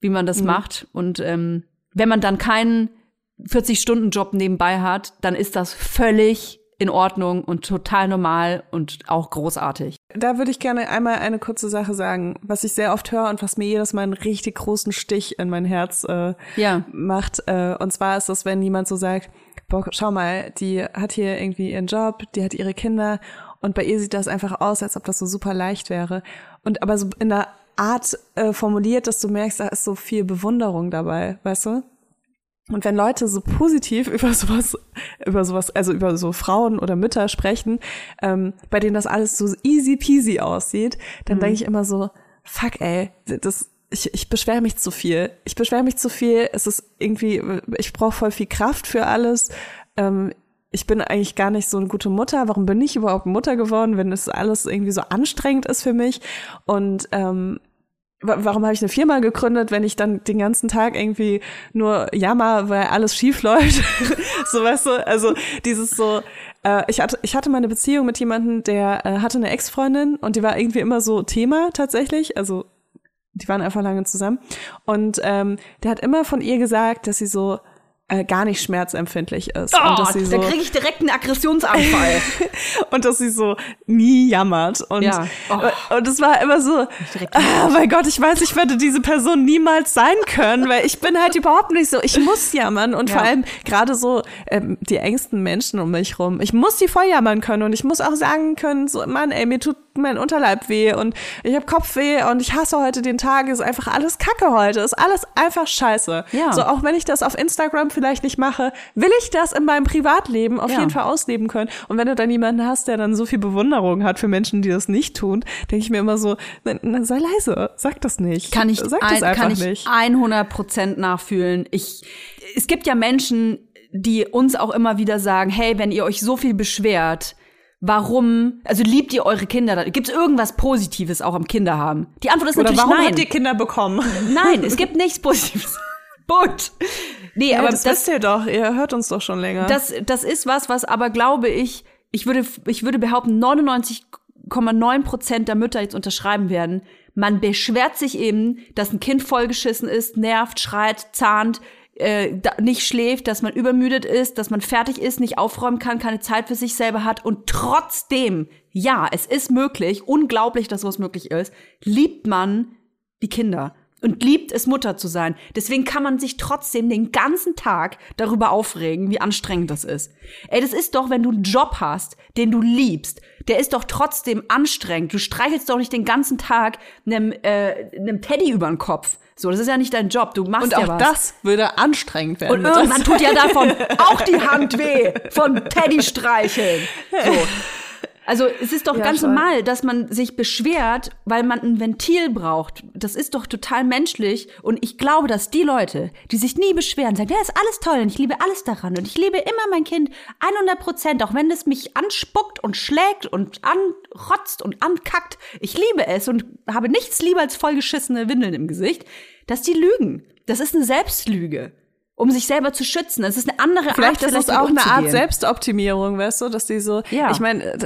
Speaker 2: wie man das mhm. macht. Und ähm, wenn man dann keinen vierzig-Stunden-Job nebenbei hat, dann ist das völlig in Ordnung und total normal und auch großartig.
Speaker 1: Da würde ich gerne einmal eine kurze Sache sagen, was ich sehr oft höre und was mir jedes Mal einen richtig großen Stich in mein Herz äh, ja. macht. Äh, und zwar ist das, wenn jemand so sagt, boah, schau mal, die hat hier irgendwie ihren Job, die hat ihre Kinder und bei ihr sieht das einfach aus, als ob das so super leicht wäre. Und aber so in der Art äh, formuliert, dass du merkst, da ist so viel Bewunderung dabei, weißt du? Und wenn Leute so positiv über sowas, über sowas, also über so Frauen oder Mütter sprechen, ähm, bei denen das alles so easy peasy aussieht, dann mhm. denke ich immer so, fuck ey, das, ich, ich beschwere mich zu viel. Ich beschwere mich zu viel. Es ist irgendwie, ich brauche voll viel Kraft für alles. Ähm, ich bin eigentlich gar nicht so eine gute Mutter. Warum bin ich überhaupt Mutter geworden, wenn es alles irgendwie so anstrengend ist für mich? Und ähm, warum habe ich eine Firma gegründet, wenn ich dann den ganzen Tag irgendwie nur jammer, weil alles schief läuft? So, weißt du, also dieses so, äh, ich hatte ich hatte mal eine Beziehung mit jemandem, der äh, hatte eine Ex-Freundin und die war irgendwie immer so Thema tatsächlich, also die waren einfach lange zusammen und ähm, der hat immer von ihr gesagt, dass sie so äh, gar nicht schmerzempfindlich ist.
Speaker 2: Oh,
Speaker 1: und dass sie so,
Speaker 2: da kriege ich direkt einen Aggressionsanfall.
Speaker 1: Und dass sie so nie jammert. Und
Speaker 2: ja.
Speaker 1: oh. und es war immer so, oh mein Gott, ich weiß, ich werde diese Person niemals sein können, weil ich bin halt überhaupt nicht so, ich muss jammern und ja. vor allem gerade so ähm, die engsten Menschen um mich rum, ich muss die voll jammern können und ich muss auch sagen können, so Mann, ey, mir tut mein Unterleib weh und ich habe Kopfweh und ich hasse heute den Tag, ist einfach alles Kacke heute, ist alles einfach scheiße. Ja. So, auch wenn ich das auf Instagram vielleicht nicht mache, will ich das in meinem Privatleben auf ja. jeden Fall ausleben können. Und wenn du dann jemanden hast, der dann so viel Bewunderung hat für Menschen, die das nicht tun, denke ich mir immer so, na, na, sei leise, sag das nicht.
Speaker 2: Kann ich,
Speaker 1: sag
Speaker 2: ein,
Speaker 1: das einfach
Speaker 2: kann ich
Speaker 1: nicht.
Speaker 2: hundert Prozent nachfühlen. Ich, es gibt ja Menschen, die uns auch immer wieder sagen, hey, wenn ihr euch so viel beschwert, warum, also liebt ihr eure Kinder? Gibt es irgendwas Positives auch am Kinderhaben? Die Antwort ist
Speaker 1: Oder
Speaker 2: natürlich
Speaker 1: warum
Speaker 2: nein.
Speaker 1: habt ihr Kinder bekommen?
Speaker 2: Nein, es gibt nichts Positives. Punkt. Nee,
Speaker 1: ja,
Speaker 2: aber
Speaker 1: das,
Speaker 2: das
Speaker 1: wisst ihr doch, ihr hört uns doch schon länger.
Speaker 2: Das, das ist was, was aber glaube ich, ich würde, ich würde behaupten, neunundneunzig Komma neun Prozent der Mütter jetzt unterschreiben werden. Man beschwert sich eben, dass ein Kind vollgeschissen ist, nervt, schreit, zahnt, äh, nicht schläft, dass man übermüdet ist, dass man fertig ist, nicht aufräumen kann, keine Zeit für sich selber hat und trotzdem, ja, es ist möglich, unglaublich, dass sowas möglich ist, liebt man die Kinder und liebt es, Mutter zu sein. Deswegen kann man sich trotzdem den ganzen Tag darüber aufregen, wie anstrengend das ist. Ey, das ist doch, wenn du einen Job hast, den du liebst, der ist doch trotzdem anstrengend. Du streichelst doch nicht den ganzen Tag einem, äh, einem Teddy über den Kopf. So, das ist ja nicht dein Job, du machst
Speaker 1: und
Speaker 2: ja was.
Speaker 1: Und auch das würde anstrengend werden.
Speaker 2: Und irgendwann tut ja davon auch die Hand weh, von Teddy streicheln. So. Also es ist doch ja, ganz voll. normal, dass man sich beschwert, weil man ein Ventil braucht. Das ist doch total menschlich. Und ich glaube, dass die Leute, die sich nie beschweren, sagen, ja, ist alles toll und ich liebe alles daran und ich liebe immer mein Kind hundert Prozent, auch wenn es mich anspuckt und schlägt und anrotzt und ankackt. Ich liebe es und habe nichts lieber als vollgeschissene Windeln im Gesicht, dass die lügen. Das ist eine Selbstlüge. Um sich selber zu schützen. Das ist eine andere
Speaker 1: vielleicht
Speaker 2: Art,
Speaker 1: vielleicht ist es auch eine Art Selbstoptimierung, weißt du, dass die so, ja. ich meine,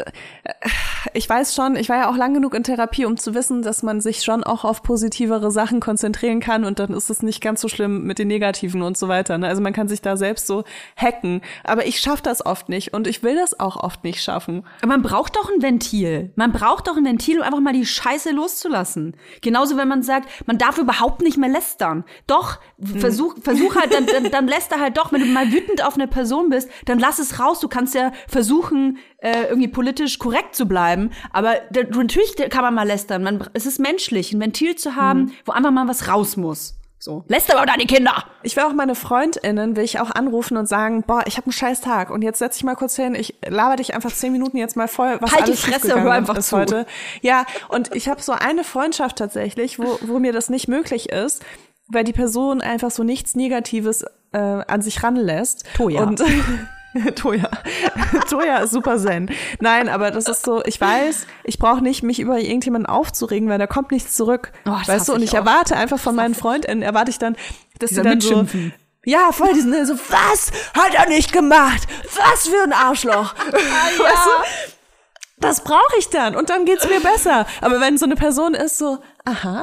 Speaker 1: ich weiß schon, ich war ja auch lang genug in Therapie, um zu wissen, dass man sich schon auch auf positivere Sachen konzentrieren kann und dann ist es nicht ganz so schlimm mit den Negativen und so weiter. Ne? Also man kann sich da selbst so hacken, aber ich schaffe das oft nicht und ich will das auch oft nicht schaffen.
Speaker 2: Aber man braucht doch ein Ventil. Man braucht doch ein Ventil, um einfach mal die Scheiße loszulassen. Genauso, wenn man sagt, man darf überhaupt nicht mehr lästern. Doch, hm. versuch, versuch halt dann Dann, dann lässt er halt doch, wenn du mal wütend auf eine Person bist, dann lass es raus. Du kannst ja versuchen, äh, irgendwie politisch korrekt zu bleiben. Aber da, natürlich kann man mal lästern. Man, es ist menschlich, ein Ventil zu haben, mhm. wo einfach mal was raus muss. So. Läster aber deine Kinder!
Speaker 1: Ich will auch meine FreundInnen, will ich auch anrufen und sagen, boah, ich habe einen scheiß Tag und jetzt setz dich mal kurz hin, ich laber dich einfach zehn Minuten jetzt mal voll, was
Speaker 2: halt
Speaker 1: alles
Speaker 2: die Fresse, hör einfach
Speaker 1: ist
Speaker 2: zu.
Speaker 1: heute. Ja, und ich habe so eine Freundschaft tatsächlich, wo, wo mir das nicht möglich ist, weil die Person einfach so nichts Negatives äh, an sich ranlässt.
Speaker 2: Toja.
Speaker 1: Und Toja. Toja ist super zen. Nein, aber das ist so, ich weiß, ich brauche nicht, mich über irgendjemanden aufzuregen, weil da kommt nichts zurück. Oh, weißt du, und ich, ich erwarte einfach von meinen FreundInnen, erwarte ich dann, dass sie dann so, ja, voll diesen so, was hat er nicht gemacht? Was für ein Arschloch. Ah, ja. Weißt du? Das brauche ich dann und dann geht's mir besser. Aber wenn so eine Person ist so, aha,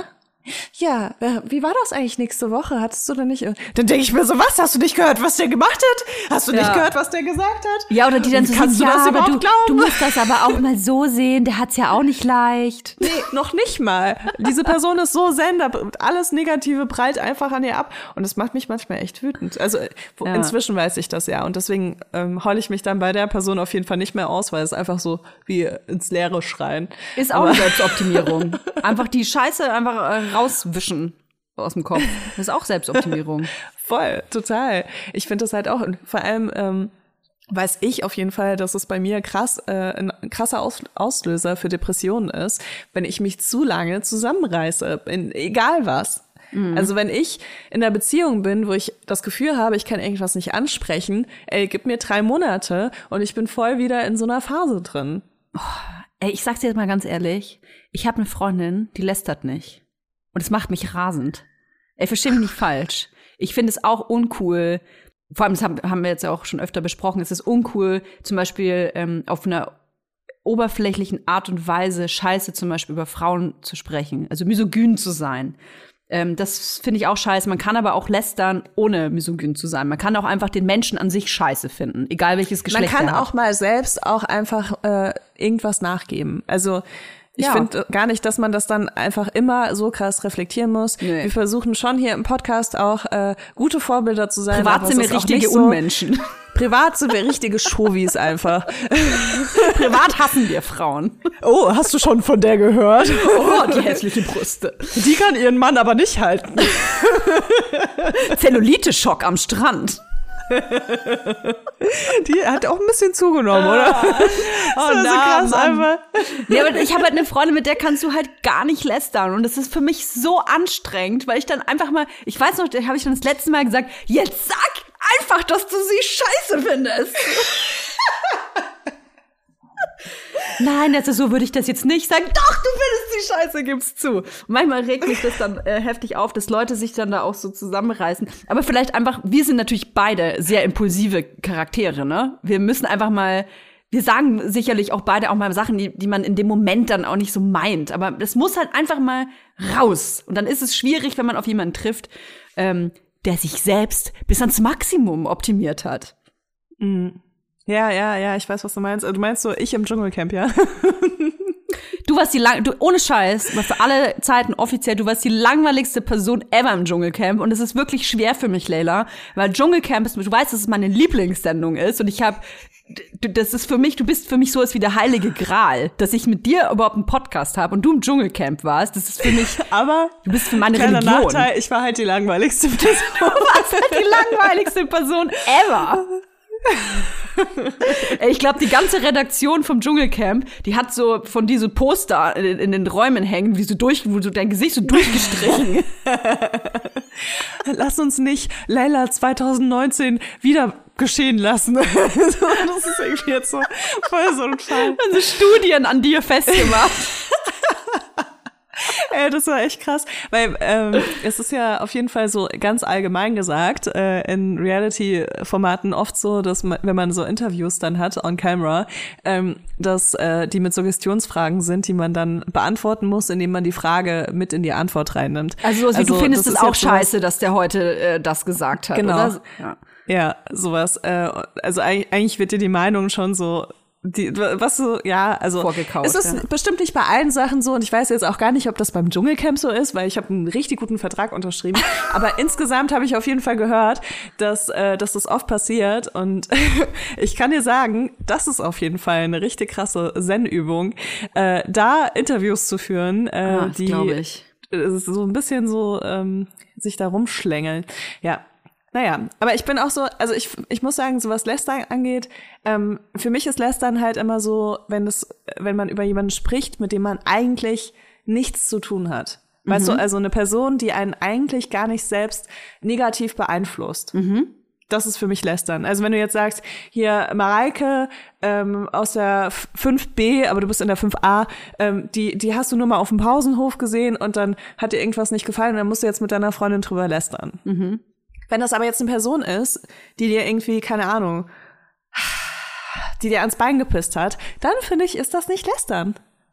Speaker 1: ja, wie war das eigentlich nächste Woche? Hattest du da nicht? Dann denke ich mir so, was? Hast du nicht gehört, was der gemacht hat? Hast du ja. nicht gehört, was der gesagt hat?
Speaker 2: Ja, oder die dann so
Speaker 1: Kannst
Speaker 2: sagen,
Speaker 1: du
Speaker 2: ja,
Speaker 1: das
Speaker 2: aber
Speaker 1: überhaupt
Speaker 2: du,
Speaker 1: glauben?
Speaker 2: du musst das aber auch mal so sehen, der hat's ja auch nicht leicht.
Speaker 1: Nee, noch nicht mal. Diese Person ist so zen, da alles Negative prallt einfach an ihr ab. Und das macht mich manchmal echt wütend. Also ja. inzwischen weiß ich das ja. Und deswegen ähm, heule ich mich dann bei der Person auf jeden Fall nicht mehr aus, weil es einfach so wie ins Leere schreien.
Speaker 2: Ist auch eine Selbstoptimierung. Einfach die Scheiße einfach äh, rauswischen aus dem Kopf. Das ist auch Selbstoptimierung.
Speaker 1: Voll, total. Ich finde das halt auch, und vor allem ähm, weiß ich auf jeden Fall, dass es bei mir krass äh, ein krasser Aus- Auslöser für Depressionen ist, wenn ich mich zu lange zusammenreiße, in egal was. Mhm. Also wenn ich in einer Beziehung bin, wo ich das Gefühl habe, ich kann irgendwas nicht ansprechen, ey, gib mir drei Monate und ich bin voll wieder in so einer Phase drin.
Speaker 2: Oh, ey, ich sag's dir jetzt mal ganz ehrlich, ich habe eine Freundin, die lästert nicht. Und es macht mich rasend. Ey, versteh mich nicht falsch. Ich finde es auch uncool, vor allem, das haben, haben wir jetzt ja auch schon öfter besprochen, es ist uncool, zum Beispiel ähm, auf einer oberflächlichen Art und Weise Scheiße zum Beispiel über Frauen zu sprechen, also misogyn zu sein. Ähm, das finde ich auch scheiße. Man kann aber auch lästern, ohne misogyn zu sein. Man kann auch einfach den Menschen an sich scheiße finden, egal welches Geschlecht er hat.
Speaker 1: Man kann auch mal selbst auch einfach äh, irgendwas nachgeben. Also ich ja. finde gar nicht, dass man das dann einfach immer so krass reflektieren muss. Nee. Wir versuchen schon hier im Podcast auch äh, gute Vorbilder zu sein.
Speaker 2: Privat sind wir richtige so. Unmenschen.
Speaker 1: Privat sind wir richtige Chauvis einfach.
Speaker 2: Privat hassen wir Frauen.
Speaker 1: Oh, hast du schon von der gehört?
Speaker 2: Oh, die hässliche Brüste.
Speaker 1: Die kann ihren Mann aber nicht halten.
Speaker 2: Zellulite-Schock am Strand.
Speaker 1: Die hat auch ein bisschen zugenommen, oder?
Speaker 2: Oh,
Speaker 1: das ist so krass einfach.
Speaker 2: Ja, aber ich habe halt eine Freundin, mit der kannst du halt gar nicht lästern. Und das ist für mich so anstrengend, weil ich dann einfach mal, ich weiß noch, da habe ich dann das letzte Mal gesagt, jetzt sag einfach, dass du sie scheiße findest. Nein, also so würde ich das jetzt nicht sagen. Doch, du findest die Scheiße, gib's zu. Und manchmal regt mich das dann äh, heftig auf, dass Leute sich dann da auch so zusammenreißen. Aber vielleicht einfach, wir sind natürlich beide sehr impulsive Charaktere, ne? Wir müssen einfach mal, wir sagen sicherlich auch beide auch mal Sachen, die, die man in dem Moment dann auch nicht so meint. Aber das muss halt einfach mal raus. Und dann ist es schwierig, wenn man auf jemanden trifft, ähm, der sich selbst bis ans Maximum optimiert hat.
Speaker 1: Mhm. Ja, ja, ja, ich weiß, was du meinst. Du meinst so, ich im Dschungelcamp, ja?
Speaker 2: Du warst die lang, du, ohne Scheiß, für alle Zeiten offiziell, du warst die langweiligste Person ever im Dschungelcamp. Und es ist wirklich schwer für mich, Leila, weil Dschungelcamp ist, du weißt, dass es meine Lieblingssendung ist. Und ich habe, das ist für mich, du bist für mich sowas wie der heilige Gral, dass ich mit dir überhaupt einen Podcast habe und du im Dschungelcamp warst. Das ist für mich,
Speaker 1: aber
Speaker 2: du bist für meine
Speaker 1: kleiner
Speaker 2: Religion.
Speaker 1: Nachteil, ich war halt die langweiligste Person.
Speaker 2: Du warst halt die langweiligste Person ever. Ich glaube, die ganze Redaktion vom Dschungelcamp, die hat so von diese Poster in, in den Räumen hängen, wie so durch, wo so dein Gesicht so durchgestrichen.
Speaker 1: Lass uns nicht Leila zwanzig neunzehn wieder geschehen lassen. Das ist irgendwie jetzt so voll so ein Fall.
Speaker 2: Also Studien an dir festgemacht.
Speaker 1: Ey, das war echt krass, weil ähm, es ist ja auf jeden Fall so ganz allgemein gesagt, äh, in Reality-Formaten oft so, dass man, wenn man so Interviews dann hat on camera, ähm, dass äh, die mit Suggestionsfragen sind, die man dann beantworten muss, indem man die Frage mit in die Antwort reinnimmt.
Speaker 2: Also, also du findest es auch scheiße, dass der heute äh, das gesagt hat,
Speaker 1: genau.
Speaker 2: oder?
Speaker 1: Ja, ja sowas. Äh, also eigentlich wird dir die Meinung schon so Die, was so, ja, also
Speaker 2: Vorgekaut,
Speaker 1: es ist
Speaker 2: ja.
Speaker 1: bestimmt nicht bei allen Sachen so, und ich weiß jetzt auch gar nicht, ob das beim Dschungelcamp so ist, weil ich habe einen richtig guten Vertrag unterschrieben, aber insgesamt habe ich auf jeden Fall gehört, dass äh, dass das oft passiert, und ich kann dir sagen, das ist auf jeden Fall eine richtig krasse Zen-Übung, äh, da Interviews zu führen, äh,
Speaker 2: ah,
Speaker 1: die
Speaker 2: ich.
Speaker 1: so ein bisschen so ähm, sich da rumschlängeln, ja. Naja, aber ich bin auch so, also ich ich muss sagen, so was Lästern angeht, ähm, für mich ist Lästern halt immer so, wenn es, wenn man über jemanden spricht, mit dem man eigentlich nichts zu tun hat. Mhm. Weißt du, also eine Person, die einen eigentlich gar nicht selbst negativ beeinflusst.
Speaker 2: Mhm.
Speaker 1: Das ist für mich Lästern. Also wenn du jetzt sagst, hier Mareike ähm, aus der fünf B, aber du bist in der fünf A, ähm, die die hast du nur mal auf dem Pausenhof gesehen und dann hat dir irgendwas nicht gefallen und dann musst du jetzt mit deiner Freundin drüber lästern.
Speaker 2: Mhm.
Speaker 1: Wenn das aber jetzt eine Person ist, die dir irgendwie, keine Ahnung, die dir ans Bein gepisst hat, dann finde ich, ist das nicht Lästern.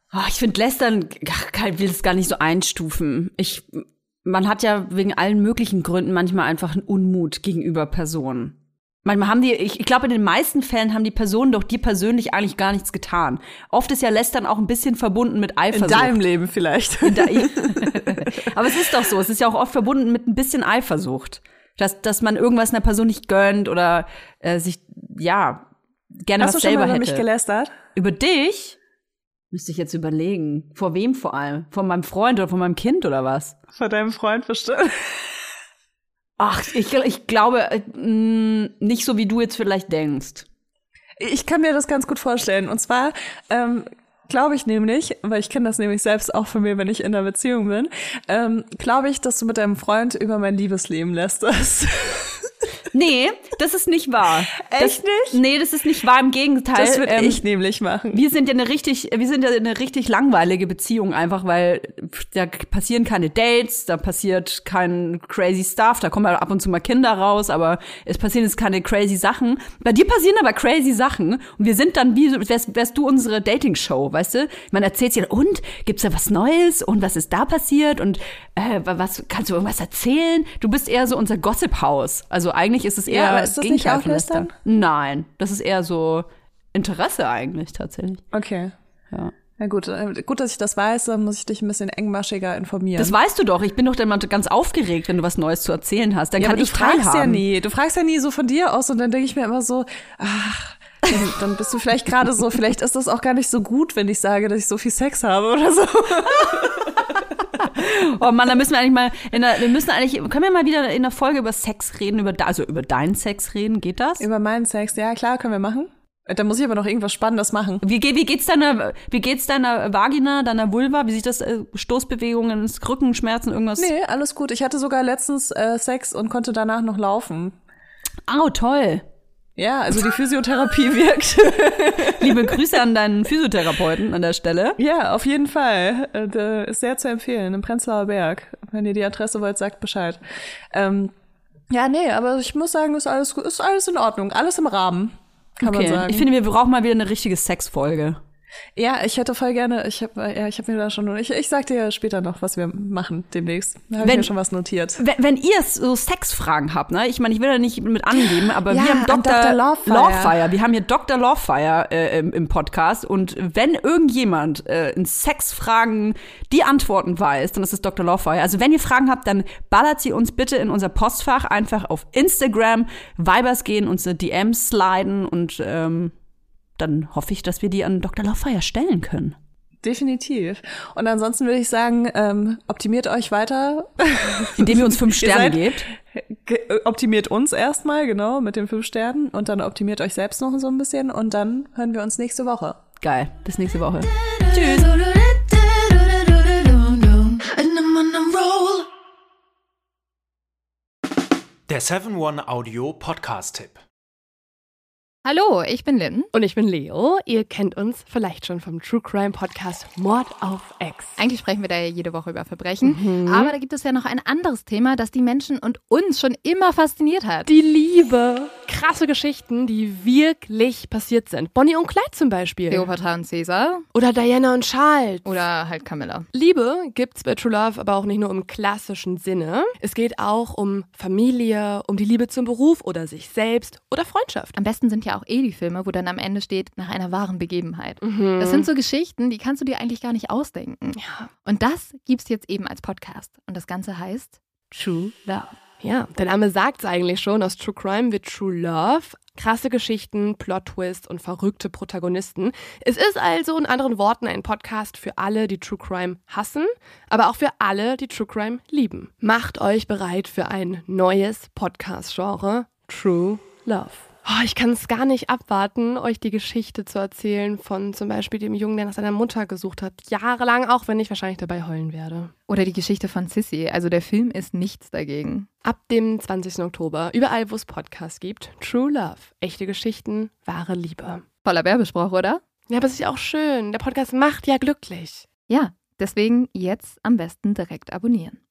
Speaker 2: Oh, ich finde Lästern, ach, ich will es gar nicht so einstufen. Ich, man hat ja wegen allen möglichen Gründen manchmal einfach einen Unmut gegenüber Personen. Manchmal haben die, ich, ich glaube, in den meisten Fällen haben die Personen doch dir persönlich eigentlich gar nichts getan. Oft ist ja Lästern auch ein bisschen verbunden mit Eifersucht.
Speaker 1: In deinem Leben vielleicht.
Speaker 2: In de- Aber es ist doch so, es ist ja auch oft verbunden mit ein bisschen Eifersucht. Dass, dass man irgendwas einer Person nicht gönnt oder äh, sich, ja, gerne
Speaker 1: Hast
Speaker 2: was
Speaker 1: du schon
Speaker 2: selber
Speaker 1: mal über
Speaker 2: hätte.
Speaker 1: mich gelästert?
Speaker 2: Über dich? Müsste ich jetzt überlegen. Vor wem vor allem? Von meinem Freund oder von meinem Kind oder was?
Speaker 1: Von deinem Freund bestimmt.
Speaker 2: Ach, ich, ich glaube, äh, mh, nicht so, wie du jetzt vielleicht denkst.
Speaker 1: Ich kann mir das ganz gut vorstellen. Und zwar ähm, glaube ich nämlich, weil ich kenne das nämlich selbst auch von mir, wenn ich in einer Beziehung bin, ähm, glaube ich, dass du mit deinem Freund über mein Liebesleben lästerst.
Speaker 2: Nee, das ist nicht wahr.
Speaker 1: Echt
Speaker 2: das,
Speaker 1: nicht?
Speaker 2: Nee, das ist nicht wahr, im Gegenteil.
Speaker 1: Das würde
Speaker 2: ähm,
Speaker 1: ich nämlich machen.
Speaker 2: Wir sind ja eine richtig, wir sind ja eine richtig langweilige Beziehung einfach, weil da passieren keine Dates, da passiert kein crazy Stuff, da kommen ja ab und zu mal Kinder raus, aber es passieren jetzt keine crazy Sachen. Bei dir passieren aber crazy Sachen und wir sind dann wie, wärst, wärst du unsere Dating-Show, weißt du? Man erzählt dir, und, gibt's da was Neues und was ist da passiert und äh, was, kannst du irgendwas erzählen? Du bist eher so unser Gossip-Haus. Also eigentlich ist es eher
Speaker 1: Ja, aber ist das nicht
Speaker 2: Gegenteil von
Speaker 1: Auflästern?
Speaker 2: Lästern. Nein, das ist eher so Interesse eigentlich tatsächlich.
Speaker 1: Okay.
Speaker 2: Ja.
Speaker 1: Na gut, äh, gut, dass ich das weiß, dann muss ich dich ein bisschen engmaschiger informieren.
Speaker 2: Das weißt du doch. Ich bin doch dann mal ganz aufgeregt, wenn du was Neues zu erzählen hast. Dann
Speaker 1: ja,
Speaker 2: kann
Speaker 1: aber
Speaker 2: ich
Speaker 1: du fragst
Speaker 2: teilhaben.
Speaker 1: ja nie. Du fragst ja nie so von dir aus und dann denke ich mir immer so, ach, dann, dann bist du vielleicht gerade so, vielleicht ist das auch gar nicht so gut, wenn ich sage, dass ich so viel Sex habe oder so.
Speaker 2: Oh Mann, da müssen wir eigentlich mal in der, wir müssen eigentlich, können wir mal wieder in der Folge über Sex reden, über, also über deinen Sex reden, geht das?
Speaker 1: Über meinen Sex, ja klar, können wir machen. Da muss ich aber noch irgendwas Spannendes machen.
Speaker 2: Wie, geht, wie geht's deiner, wie geht's deiner Vagina, deiner Vulva? Wie sieht das, äh, Stoßbewegungen, Rückenschmerzen, irgendwas?
Speaker 1: Nee, alles gut. Ich hatte sogar letztens äh, Sex und konnte danach noch laufen.
Speaker 2: Au, toll.
Speaker 1: Ja, also die Physiotherapie wirkt.
Speaker 2: Liebe Grüße an deinen Physiotherapeuten an der Stelle.
Speaker 1: Ja, auf jeden Fall. Äh, der ist sehr zu empfehlen, im Prenzlauer Berg. Wenn ihr die Adresse wollt, sagt Bescheid. Ähm, ja, nee, aber ich muss sagen, ist alles gut, ist alles in Ordnung. Alles im Rahmen, kann
Speaker 2: Okay,
Speaker 1: man sagen.
Speaker 2: ich finde, wir brauchen mal wieder eine richtige Sexfolge.
Speaker 1: Ja, ich hätte voll gerne, ich habe ja, ich habe mir da schon, ich, ich sag dir später noch, was wir machen demnächst. Da habe ich mir schon was notiert.
Speaker 2: Wenn, wenn ihr so Sexfragen habt, ne, ich meine, ich will da nicht mit angeben, aber
Speaker 1: Ja,
Speaker 2: wir haben
Speaker 1: an
Speaker 2: Doktor
Speaker 1: Doktor Lovefire.
Speaker 2: Lovefire, wir haben hier Doktor Lovefire äh, im, im Podcast und wenn irgendjemand äh, in Sexfragen die Antworten weiß, dann ist es Doktor Lovefire. Also wenn ihr Fragen habt, dann ballert sie uns bitte in unser Postfach, einfach auf Instagram, Vibers gehen, unsere D Ms sliden und ähm, dann hoffe ich, dass wir die an Doktor Lovefire stellen können.
Speaker 1: Definitiv. Und ansonsten würde ich sagen, ähm, optimiert euch weiter.
Speaker 2: Indem ihr uns fünf
Speaker 1: Ihr
Speaker 2: Sterne
Speaker 1: seid-
Speaker 2: gebt.
Speaker 1: Ge- Optimiert uns erstmal, genau, mit den fünf Sternen. Und dann optimiert euch selbst noch so ein bisschen. Und dann hören wir uns nächste Woche.
Speaker 2: Geil, bis nächste Woche.
Speaker 3: Tschüss.
Speaker 5: Der seven one Audio Podcast-Tipp.
Speaker 6: Hallo, ich bin Lynn.
Speaker 4: Und ich bin Leo. Ihr kennt uns vielleicht schon vom True Crime Podcast Mord auf Ex.
Speaker 6: Eigentlich sprechen wir da ja jede Woche über Verbrechen. Aber da gibt es ja noch ein anderes Thema, das die Menschen und uns schon immer fasziniert hat.
Speaker 4: Die Liebe. Krasse Geschichten, die wirklich passiert sind. Bonnie und Clyde zum Beispiel.
Speaker 6: Cleopatra und Caesar.
Speaker 4: Oder Diana und Charles.
Speaker 6: Oder halt Camilla.
Speaker 4: Liebe gibt's bei True Love aber auch nicht nur im klassischen Sinne. Es geht auch um Familie, um die Liebe zum Beruf oder sich selbst oder Freundschaft.
Speaker 6: Am besten sind ja auch eh die Filme, wo dann am Ende steht, nach einer wahren Begebenheit. Das sind so Geschichten, die kannst du dir eigentlich gar nicht ausdenken.
Speaker 4: Ja.
Speaker 6: Und das gibt's jetzt eben als Podcast. Und das Ganze heißt True Love.
Speaker 4: Ja, der Name sagt's eigentlich schon, aus True Crime wird True Love. Krasse Geschichten, Plot-Twists und verrückte Protagonisten. Es ist also in anderen Worten ein Podcast für alle, die True Crime hassen, aber auch für alle, die True Crime lieben. Macht euch bereit für ein neues Podcast-Genre, True Love. Oh, ich kann es gar nicht abwarten, euch die Geschichte zu erzählen von zum Beispiel dem Jungen, der nach seiner Mutter gesucht hat. Jahrelang, auch wenn ich wahrscheinlich dabei heulen werde.
Speaker 6: Oder die Geschichte von Sissy. Also der Film ist nichts dagegen.
Speaker 4: Ab dem zwanzigsten Oktober, überall wo es Podcasts gibt, True Love. Echte Geschichten, wahre Liebe.
Speaker 6: Voller Werbespruch, oder?
Speaker 4: Ja, aber es ist ja auch schön. Der Podcast macht ja glücklich.
Speaker 6: Ja, deswegen jetzt am besten direkt abonnieren.